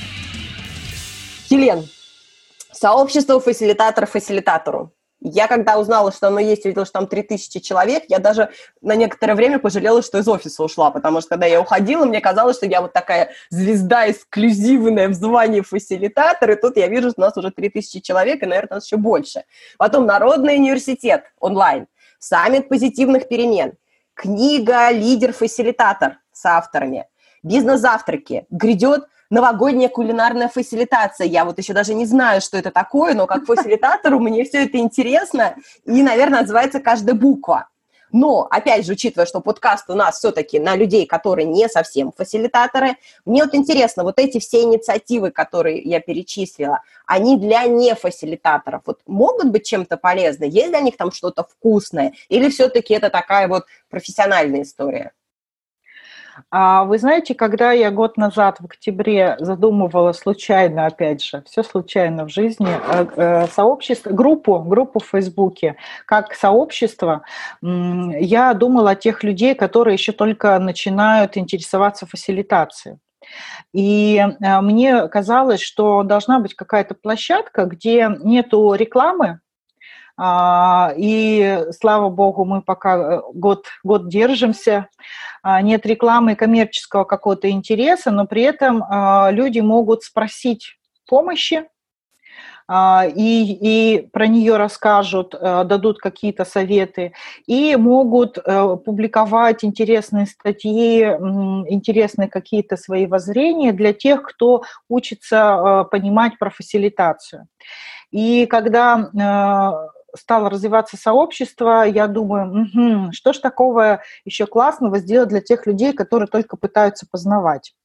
Елен, сообщество фасилитаторов фасилитатору. Я когда узнала, что оно есть, увидела, что там 3000 человек, я даже на некоторое время пожалела, что из офиса ушла, потому что когда я уходила, мне казалось, что я вот такая звезда эксклюзивная в звании фасилитатор, и тут я вижу, что у нас уже 3000 человек, и, наверное, нас еще больше. Потом Народный университет онлайн, саммит позитивных перемен, книга «Лидер-фасилитатор». с авторами. Бизнес-завтраки. Грядет новогодняя кулинарная фасилитация. Я вот еще даже не знаю, что это такое, но как фасилитатору мне все это интересно, и, наверное, отзывается каждая буква. Но, опять же, учитывая, что подкаст у нас все-таки на людей, которые не совсем фасилитаторы, мне вот интересно, вот эти все инициативы, которые я перечислила, они для нефасилитаторов вот могут быть чем-то полезны? Есть для них там что-то вкусное? Или все-таки это такая вот профессиональная история? Вы знаете, когда я год назад в октябре задумывала случайно, опять же, все случайно в жизни, сообщество, группу в Фейсбуке, как сообщество, я думала о тех людей, которые еще только начинают интересоваться фасилитацией. И мне казалось, что должна быть какая-то площадка, где нету рекламы, и, слава богу, мы пока год держимся. Нет рекламы коммерческого какого-то интереса, но при этом люди могут спросить помощи, и про нее расскажут, дадут какие-то советы, и могут публиковать интересные статьи, интересные какие-то свои воззрения для тех, кто учится понимать про фасилитацию. И когда стало развиваться сообщество, я думаю, что ж такого еще классного сделать для тех людей, которые только пытаются познавать.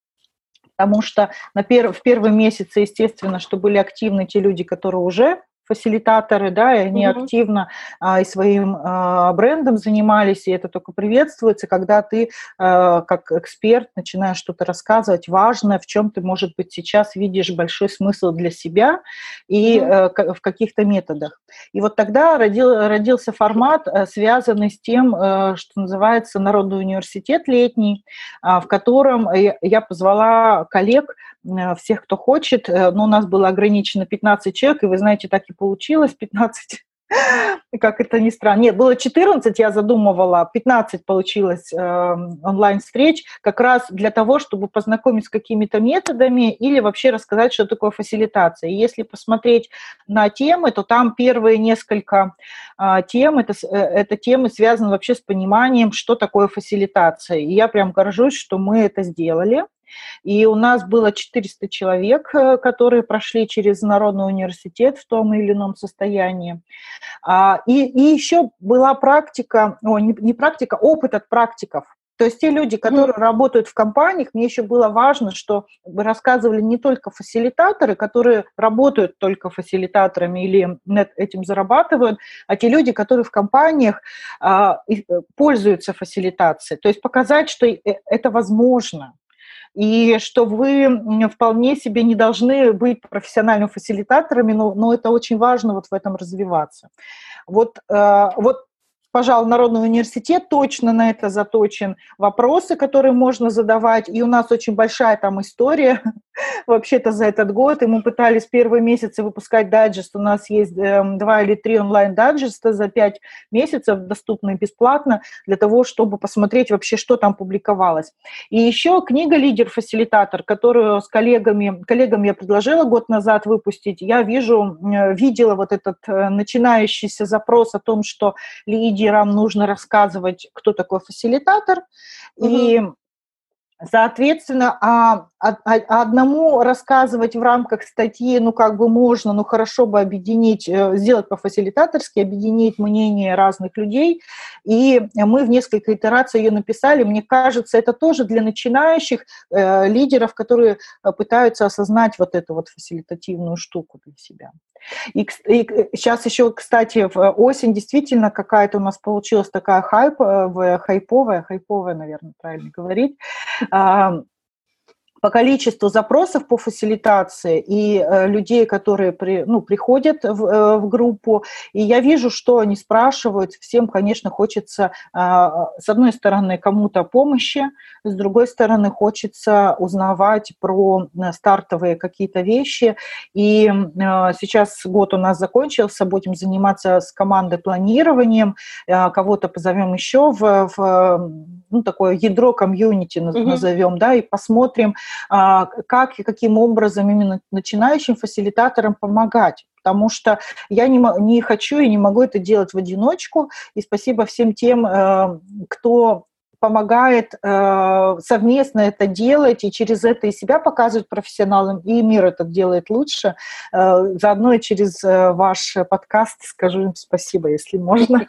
Потому что в первые месяцы, естественно, что были активны те люди, которые уже фасилитаторы, да, и они активно и своим брендом занимались, и это только приветствуется, когда ты как эксперт начинаешь что-то рассказывать важное, в чем ты, может быть, сейчас видишь большой смысл для себя и в каких-то методах. И вот тогда родился формат, связанный с тем, что называется Народный университет летний, в котором я позвала коллег, всех, кто хочет, но у нас было ограничено 15 человек, и вы знаете, так и получилось 15, как это ни странно. Нет, было 14, я задумывала, 15 получилось онлайн-встреч, как раз для того, чтобы познакомить с какими-то методами или вообще рассказать, что такое фасилитация. И если посмотреть на темы, то там первые несколько тем, это темы связаны вообще с пониманием, что такое фасилитация. И я прям горжусь, что мы это сделали. И у нас было 400 человек, которые прошли через Народный университет в том или ином состоянии. И еще была практика, не практика, опыт от практиков. То есть те люди, которые работают в компаниях, мне еще было важно, что рассказывали не только фасилитаторы, которые работают только фасилитаторами или этим зарабатывают, а те люди, которые в компаниях пользуются фасилитацией. То есть показать, что это возможно. И что вы вполне себе не должны быть профессиональными фасилитаторами, но это очень важно вот в этом развиваться. Вот, пожалуй, Народный университет точно на это заточен. Вопросы, которые можно задавать, и у нас очень большая там история вообще-то за этот год, и мы пытались первые месяцы выпускать дайджест, у нас есть 2 или 3 онлайн-дайджеста за 5 месяцев, доступные бесплатно, для того, чтобы посмотреть вообще, что там публиковалось. И еще книга «Лидер-фасилитатор», которую с коллегам я предложила год назад выпустить, я видела вот этот начинающийся запрос о том, что лидерам нужно рассказывать, кто такой фасилитатор, и соответственно, одному рассказывать в рамках статьи, можно, хорошо бы объединить, сделать по-фасилитаторски, объединить мнение разных людей, и мы в несколько итераций ее написали. Мне кажется, это тоже для начинающих лидеров, которые пытаются осознать вот эту вот фасилитативную штуку для себя. И сейчас еще, кстати, в осень действительно какая-то у нас получилась такая хайповая, наверное, правильно говорить, по количеству запросов по фасилитации и людей, которые приходят в группу, и я вижу, что они спрашивают. Всем, конечно, хочется, с одной стороны, кому-то помощи, с другой стороны, хочется узнавать про стартовые какие-то вещи. И сейчас год у нас закончился, будем заниматься с командой планированием, кого-то позовем еще в такое ядро комьюнити назовем, да, и посмотрим, как и каким образом именно начинающим фасилитаторам помогать. Потому что я не хочу и не могу это делать в одиночку. И спасибо всем тем, кто помогает совместно это делать и через это и себя показывать профессионалам, и мир это делает лучше. Заодно и через ваш подкаст скажу им спасибо, если можно.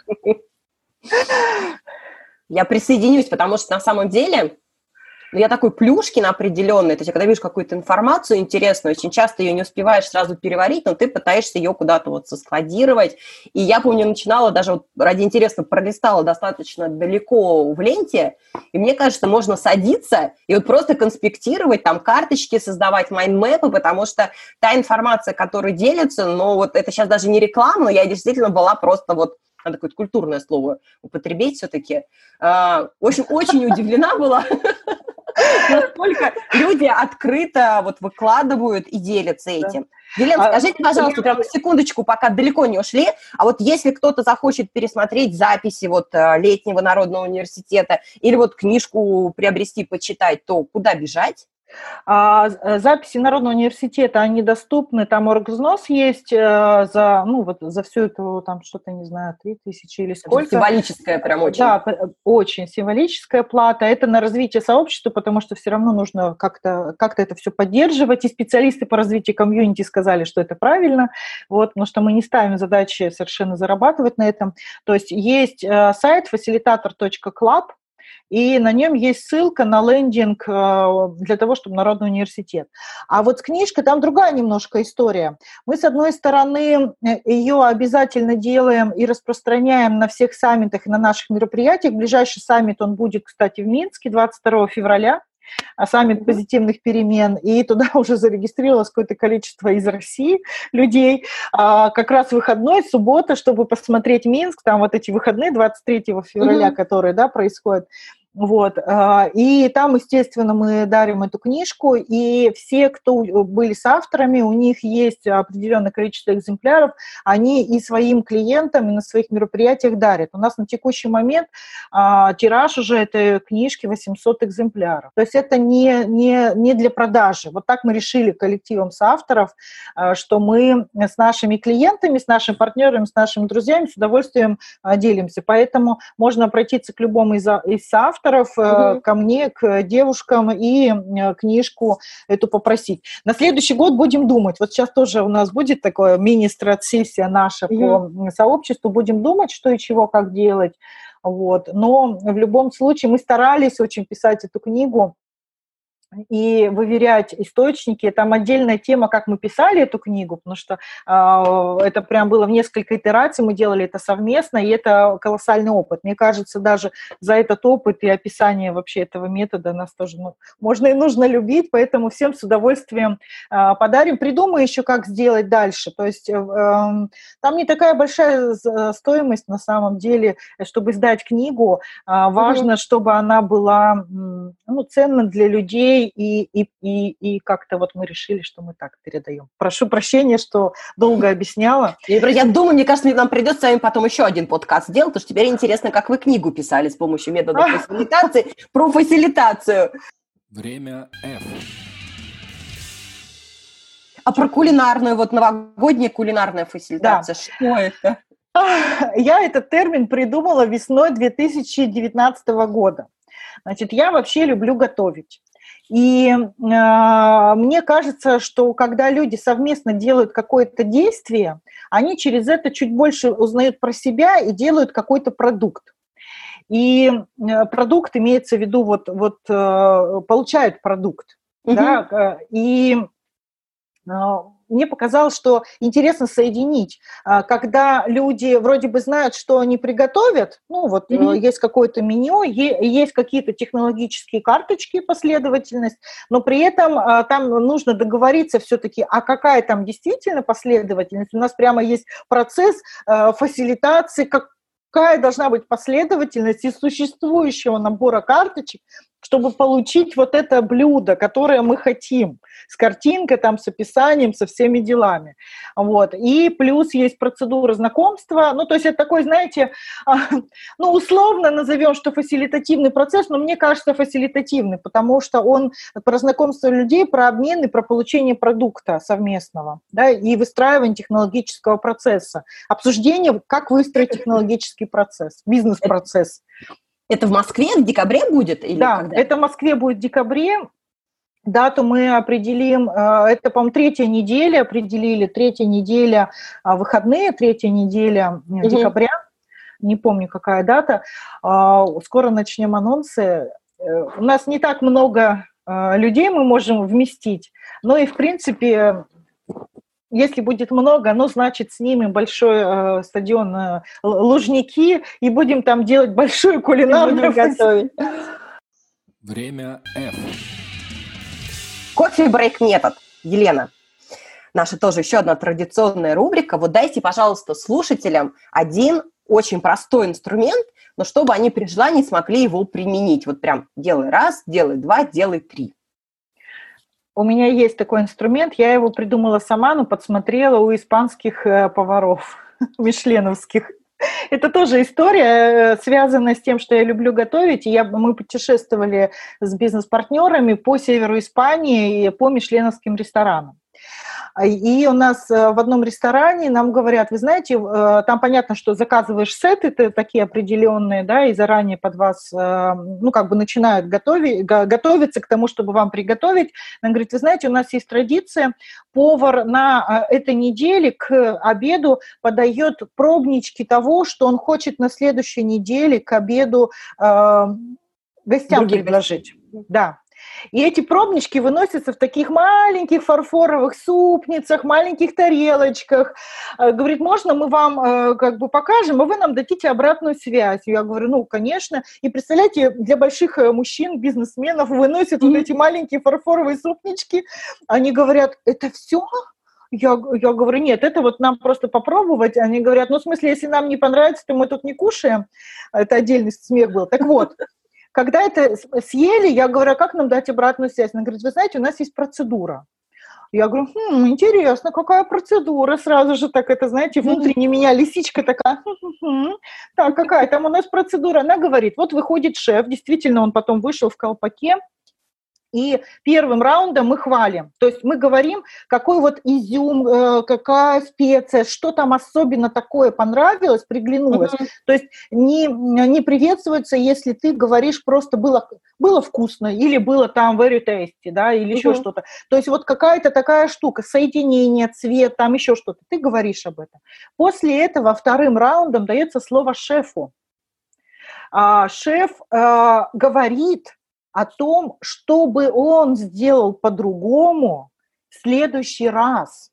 Я присоединюсь, потому что на самом деле я такой Плюшкин определенный, то есть когда вижу какую-то информацию интересную, очень часто ее не успеваешь сразу переварить, но ты пытаешься ее куда-то вот соскладировать. И я помню, начинала даже вот ради интереса пролистала достаточно далеко в ленте, и мне кажется, можно садиться и вот просто конспектировать, там карточки создавать, майндмэпы, потому что та информация, которая делится, ну вот это сейчас даже не реклама, но я действительно была просто вот, надо какое-то культурное слово употребить все-таки. В общем, очень удивлена была, насколько люди открыто вот выкладывают и делятся этим. Елена, скажите, пожалуйста, прям на секундочку, пока далеко не ушли, а вот если кто-то захочет пересмотреть записи вот летнего Народного университета или вот книжку приобрести, почитать, то куда бежать? Записи Народного университета, они доступны, там оргвзнос есть за всю эту, там что-то, не знаю, 3000 или сколько. Символическая прям очень. Да, очень символическая плата. Это на развитие сообщества, потому что все равно нужно как-то это все поддерживать, и специалисты по развитию комьюнити сказали, что это правильно, вот, потому что мы не ставим задачи совершенно зарабатывать на этом. То есть есть сайт facilitator.club, и на нем есть ссылка на лендинг для того, чтобы Народный университет. А вот с книжкой там другая немножко история. Мы, с одной стороны, ее обязательно делаем и распространяем на всех саммитах и на наших мероприятиях. Ближайший саммит, он будет, кстати, в Минске 22 февраля. Саммит позитивных перемен, и туда уже зарегистрировалось какое-то количество из России людей. Как раз выходной, суббота, чтобы посмотреть Минск, там вот эти выходные 23 февраля, которые, да, происходят. Вот. И там, естественно, мы дарим эту книжку, и все, кто были с авторами, у них есть определенное количество экземпляров, они и своим клиентам, и на своих мероприятиях дарят. У нас на текущий момент тираж уже этой книжки 800 экземпляров. То есть это не для продажи. Вот так мы решили коллективом соавторов, что мы с нашими клиентами, с нашими партнерами, с нашими друзьями с удовольствием делимся. Поэтому можно обратиться к любому из соавторов, ко мне, к девушкам и книжку эту попросить. На следующий год будем думать. Вот сейчас тоже у нас будет такое мини-стратсессия наша по сообществу. Будем думать, что и чего, как делать. Вот. Но в любом случае мы старались очень писать эту книгу и выверять источники. Там отдельная тема, как мы писали эту книгу, потому что это прям было в несколько итераций, мы делали это совместно, и это колоссальный опыт. Мне кажется, даже за этот опыт и описание вообще этого метода нас тоже можно и нужно любить, поэтому всем с удовольствием подарим. Придумаю еще, как сделать дальше. То есть там не такая большая стоимость на самом деле, чтобы издать книгу. Важно, чтобы она была ценна для людей, и как-то вот мы решили, что мы так передаем. Прошу прощения, что долго объясняла. Я думаю, мне кажется, нам придется с вами потом еще один подкаст сделать, потому что теперь интересно, как вы книгу писали с помощью метода фасилитации про фасилитацию. Время F. А про кулинарную, вот новогодняя кулинарная фасилитация, что это? Я этот термин придумала весной 2019 года. Значит, я вообще люблю готовить. И мне кажется, что когда люди совместно делают какое-то действие, они через это чуть больше узнают про себя и делают какой-то продукт. И продукт имеется в виду, получают продукт. Да? И мне показалось, что интересно соединить, когда люди вроде бы знают, что они приготовят, есть какое-то меню, есть какие-то технологические карточки, последовательность, но при этом там нужно договориться все-таки, а какая там действительно последовательность. У нас прямо есть процесс фасилитации, какая должна быть последовательность из существующего набора карточек, чтобы получить вот это блюдо, которое мы хотим, с картинкой, там, с описанием, со всеми делами. Вот. И плюс есть процедура знакомства. То есть это такой, знаете, условно назовем, что фасилитативный процесс, но мне кажется, фасилитативный, потому что он про знакомство людей, про обмен и про получение продукта совместного, да, и выстраивание технологического процесса. Обсуждение, как выстроить технологический процесс, бизнес-процесс. Это в Москве в декабре будет? Или Да, когда? это в Москве будет в декабре. Дату мы определим, это, по-моему, третья неделя, определили, третья неделя выходные, третья неделя декабря, не помню, какая дата. Скоро начнем анонсы. У нас не так много людей мы можем вместить, но и, в принципе, если будет много, ну, значит, снимем большой стадион Лужники и будем там делать большую кулинарную готовить. Время F. Кофе-брейк метод. Елена, наша тоже еще одна традиционная рубрика. Вот дайте, пожалуйста, слушателям один очень простой инструмент, но чтобы они при желании смогли его применить. Вот прям делай раз, делай два, делай три. У меня есть такой инструмент, я его придумала сама, но подсмотрела у испанских поваров мишленовских. Это тоже история, связанная с тем, что я люблю готовить. Мы путешествовали с бизнес-партнерами по северу Испании и по мишленовским ресторанам. И у нас в одном ресторане нам говорят, вы знаете, там понятно, что заказываешь сеты такие определенные, да, и заранее под вас, ну, как бы начинают готовиться к тому, чтобы вам приготовить. Нам говорит, вы знаете, у нас есть традиция, повар на этой неделе к обеду подает пробнички того, что он хочет на следующей неделе к обеду гостям предложить. Да. И эти пробнички выносятся в таких маленьких фарфоровых супницах, маленьких тарелочках. Говорит, можно мы вам как бы покажем, а вы нам дадите обратную связь. Я говорю, ну, конечно. И представляете, для больших мужчин, бизнесменов выносят вот эти маленькие фарфоровые супнички. Они говорят, это все? Я говорю, нет, это вот нам просто попробовать. Они говорят, ну, в смысле, если нам не понравится, то мы тут не кушаем. Это отдельный смех был. Так вот. Когда это съели, я говорю, а как нам дать обратную связь? Она говорит, вы знаете, у нас есть процедура. Я говорю, интересно, какая процедура? Сразу же так это, знаете, внутренне меня лисичка такая, так, какая там у нас процедура? Она говорит, вот выходит шеф, действительно, он потом вышел в колпаке, и первым раундом мы хвалим. То есть мы говорим, какой вот изюм, какая специя, что там особенно такое понравилось, приглянулось. То есть не приветствуется, если ты говоришь просто было вкусно, или было там very tasty, да, или еще что-то. То есть вот какая-то такая штука, соединение, цвет, там еще что-то. Ты говоришь об этом. После этого вторым раундом дается слово шефу. Шеф говорит о том, что бы он сделал по-другому в следующий раз.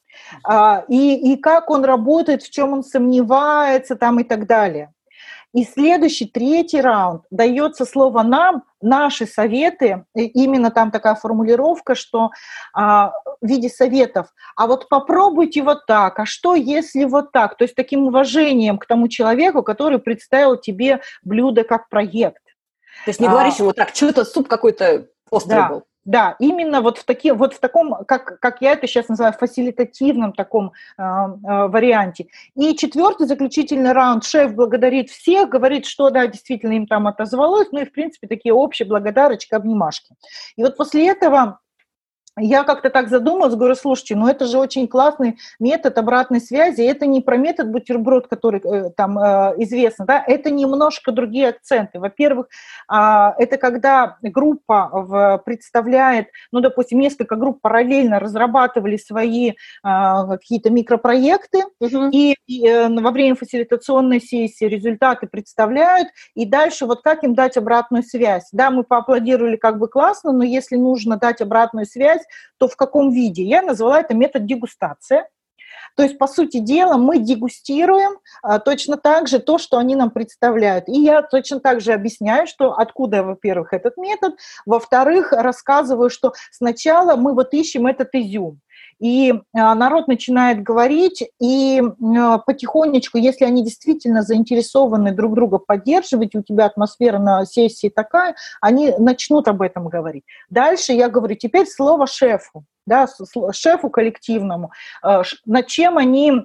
И как он работает, в чем он сомневается там и так далее. И следующий, третий раунд дается слово нам, наши советы, именно там такая формулировка, что в виде советов, а вот попробуйте вот так, а что если вот так? То есть таким уважением к тому человеку, который представил тебе блюдо как проект. То есть не говоришь ему так, что-то суп какой-то острый был. Да, именно вот в таком, как я это сейчас называю, фасилитативном таком варианте. И четвертый заключительный раунд. Шеф благодарит всех, говорит, что да, действительно им там отозвалось, ну и в принципе такие общие благодарочки, обнимашки. И вот после этого я как-то так задумалась, говорю, слушайте, ну это же очень классный метод обратной связи, это не про метод бутерброд, который там известен, да, это немножко другие акценты. Во-первых, это когда группа представляет, ну, допустим, несколько групп параллельно разрабатывали свои какие-то микропроекты, и во время фасилитационной сессии результаты представляют, и дальше вот как им дать обратную связь. Да, мы поаплодировали, как бы классно, но если нужно дать обратную связь, то в каком виде? Я назвала это метод дегустации. То есть, по сути дела, мы дегустируем точно так же то, что они нам представляют. И я точно так же объясняю, что откуда, во-первых, этот метод, во-вторых, рассказываю, что сначала мы вот ищем этот изюм. И народ начинает говорить, и потихонечку, если они действительно заинтересованы друг друга поддерживать, у тебя атмосфера на сессии такая, они начнут об этом говорить. Дальше я говорю, теперь слово шефу, да, шефу коллективному, над чем они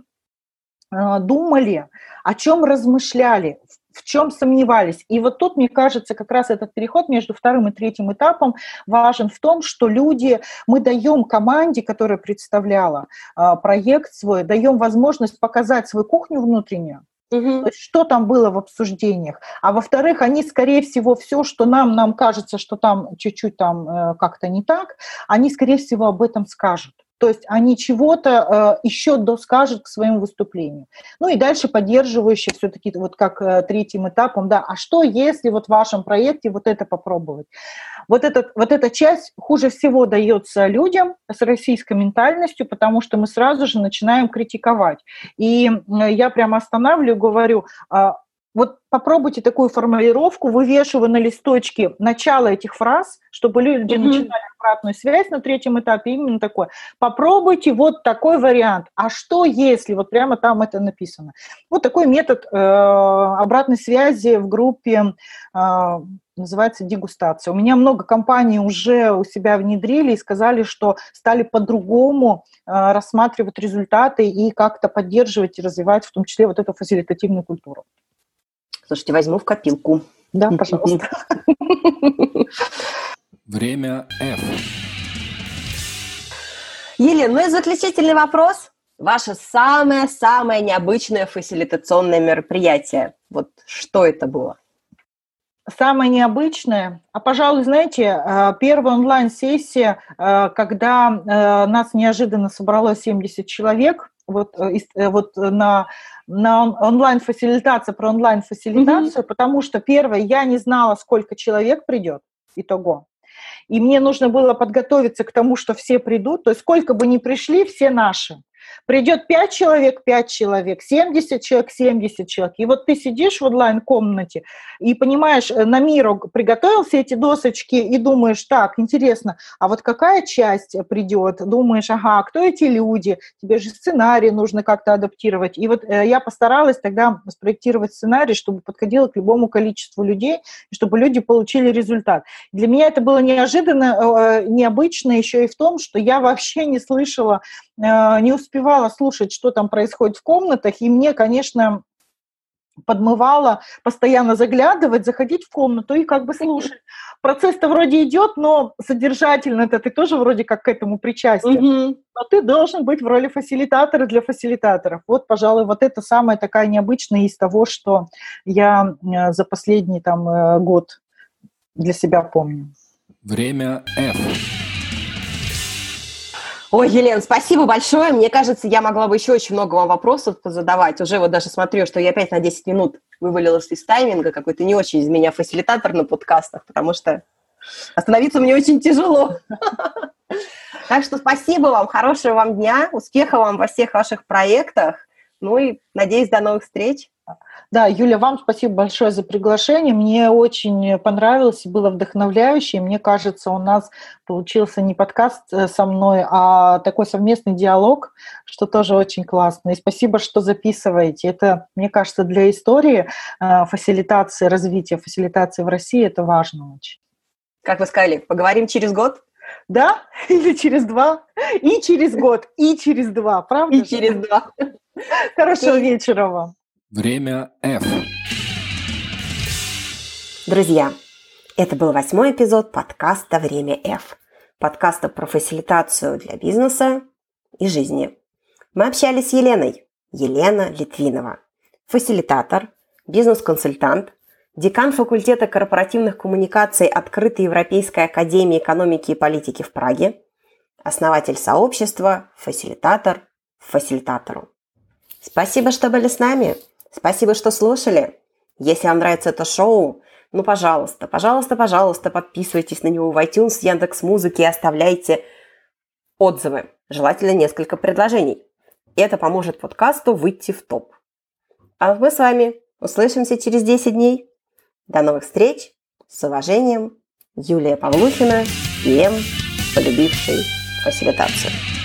думали, о чем размышляли, в чем сомневались. И вот тут, мне кажется, как раз этот переход между вторым и третьим этапом важен в том, что мы даем команде, которая представляла проект свой, даем возможность показать свою кухню внутреннюю, То есть что там было в обсуждениях. А во-вторых, они, скорее всего, все, что нам кажется, что там чуть-чуть там как-то не так, они, скорее всего, об этом скажут. То есть они чего-то еще доскажут к своему выступлению. Ну и дальше поддерживающие все-таки вот как третьим этапом, да, а что если вот в вашем проекте вот это попробовать? Вот эта часть хуже всего дается людям с российской ментальностью, потому что мы сразу же начинаем критиковать. И я прямо останавливаю, говорю, вот попробуйте такую формулировку, вывешивая на листочке начало этих фраз, чтобы люди начинали обратную связь на третьем этапе, именно такое. Попробуйте вот такой вариант. А что если? Вот прямо там это написано. Вот такой метод обратной связи в группе называется дегустация. У меня много компаний уже у себя внедрили и сказали, что стали по-другому рассматривать результаты и как-то поддерживать и развивать в том числе вот эту фасилитативную культуру. Слушайте, возьму в копилку. Да, пожалуйста. Время F. Елена, ну и заключительный вопрос. Ваше самое-самое необычное фасилитационное мероприятие. Вот что это было? Самое необычное, пожалуй, знаете, первая онлайн-сессия, когда нас неожиданно собралось 70 человек, вот на онлайн-фасилитацию, про онлайн-фасилитацию, потому что первое, я не знала, сколько человек придет, итого. И мне нужно было подготовиться к тому, что все придут, то есть сколько бы ни пришли, все наши. Придет 5 человек, 70 человек, 70 человек. И вот ты сидишь в онлайн-комнате и понимаешь, на миру приготовил все эти досочки и думаешь, так, интересно, а вот какая часть придет? Думаешь, ага, кто эти люди? Тебе же сценарий нужно как-то адаптировать. И вот я постаралась тогда спроектировать сценарий, чтобы подходило к любому количеству людей, чтобы люди получили результат. Для меня это было неожиданно, необычно еще и в том, что я вообще не слышала, не успевала слушать, что там происходит в комнатах, и мне, конечно, подмывало постоянно заглядывать, заходить в комнату и как бы слушать. Процесс-то вроде идет, но содержательно-то ты тоже вроде как к этому причастен. Но ты должен быть в роли фасилитатора для фасилитаторов. Вот, пожалуй, вот это самая такая необычная из того, что я за последний там год для себя помню. Время F. Ой, Елена, спасибо большое. Мне кажется, я могла бы еще очень много вам вопросов задавать. Уже вот даже смотрю, что я опять на 10 минут вывалилась из тайминга. Какой-то не очень из меня фасилитатор на подкастах, потому что остановиться мне очень тяжело. Так что спасибо вам, хорошего вам дня, успехов вам во всех ваших проектах. Ну и, надеюсь, до новых встреч. Да, Юля, вам спасибо большое за приглашение. Мне очень понравилось, было вдохновляюще. Мне кажется, у нас получился не подкаст со мной, а такой совместный диалог, что тоже очень классно. И спасибо, что записываете. Это, мне кажется, для истории фасилитации, развития фасилитации в России это важно очень. Как вы сказали, поговорим через год? Да, или через 2, и через год, и через 2, правда? И через 2. Хорошего вечера вам. Время F. Друзья, это был 8-й эпизод подкаста «Время F». Подкаста про фасилитацию для бизнеса и жизни. Мы общались с Еленой. Елена Литвинова. Фасилитатор, бизнес-консультант, декан факультета корпоративных коммуникаций Открытой Европейской академии экономики и политики в Праге, основатель сообщества «Фасилитатор фасилитатору». Спасибо, что были с нами. Спасибо, что слушали. Если вам нравится это шоу, ну, пожалуйста, подписывайтесь на него в iTunes, Яндекс.Музыке и оставляйте отзывы. Желательно несколько предложений. Это поможет подкасту выйти в топ. А мы с вами услышимся через 10 дней. До новых встреч. С уважением, Юлия Павлухина, ПМ, полюбивший фасилитацию.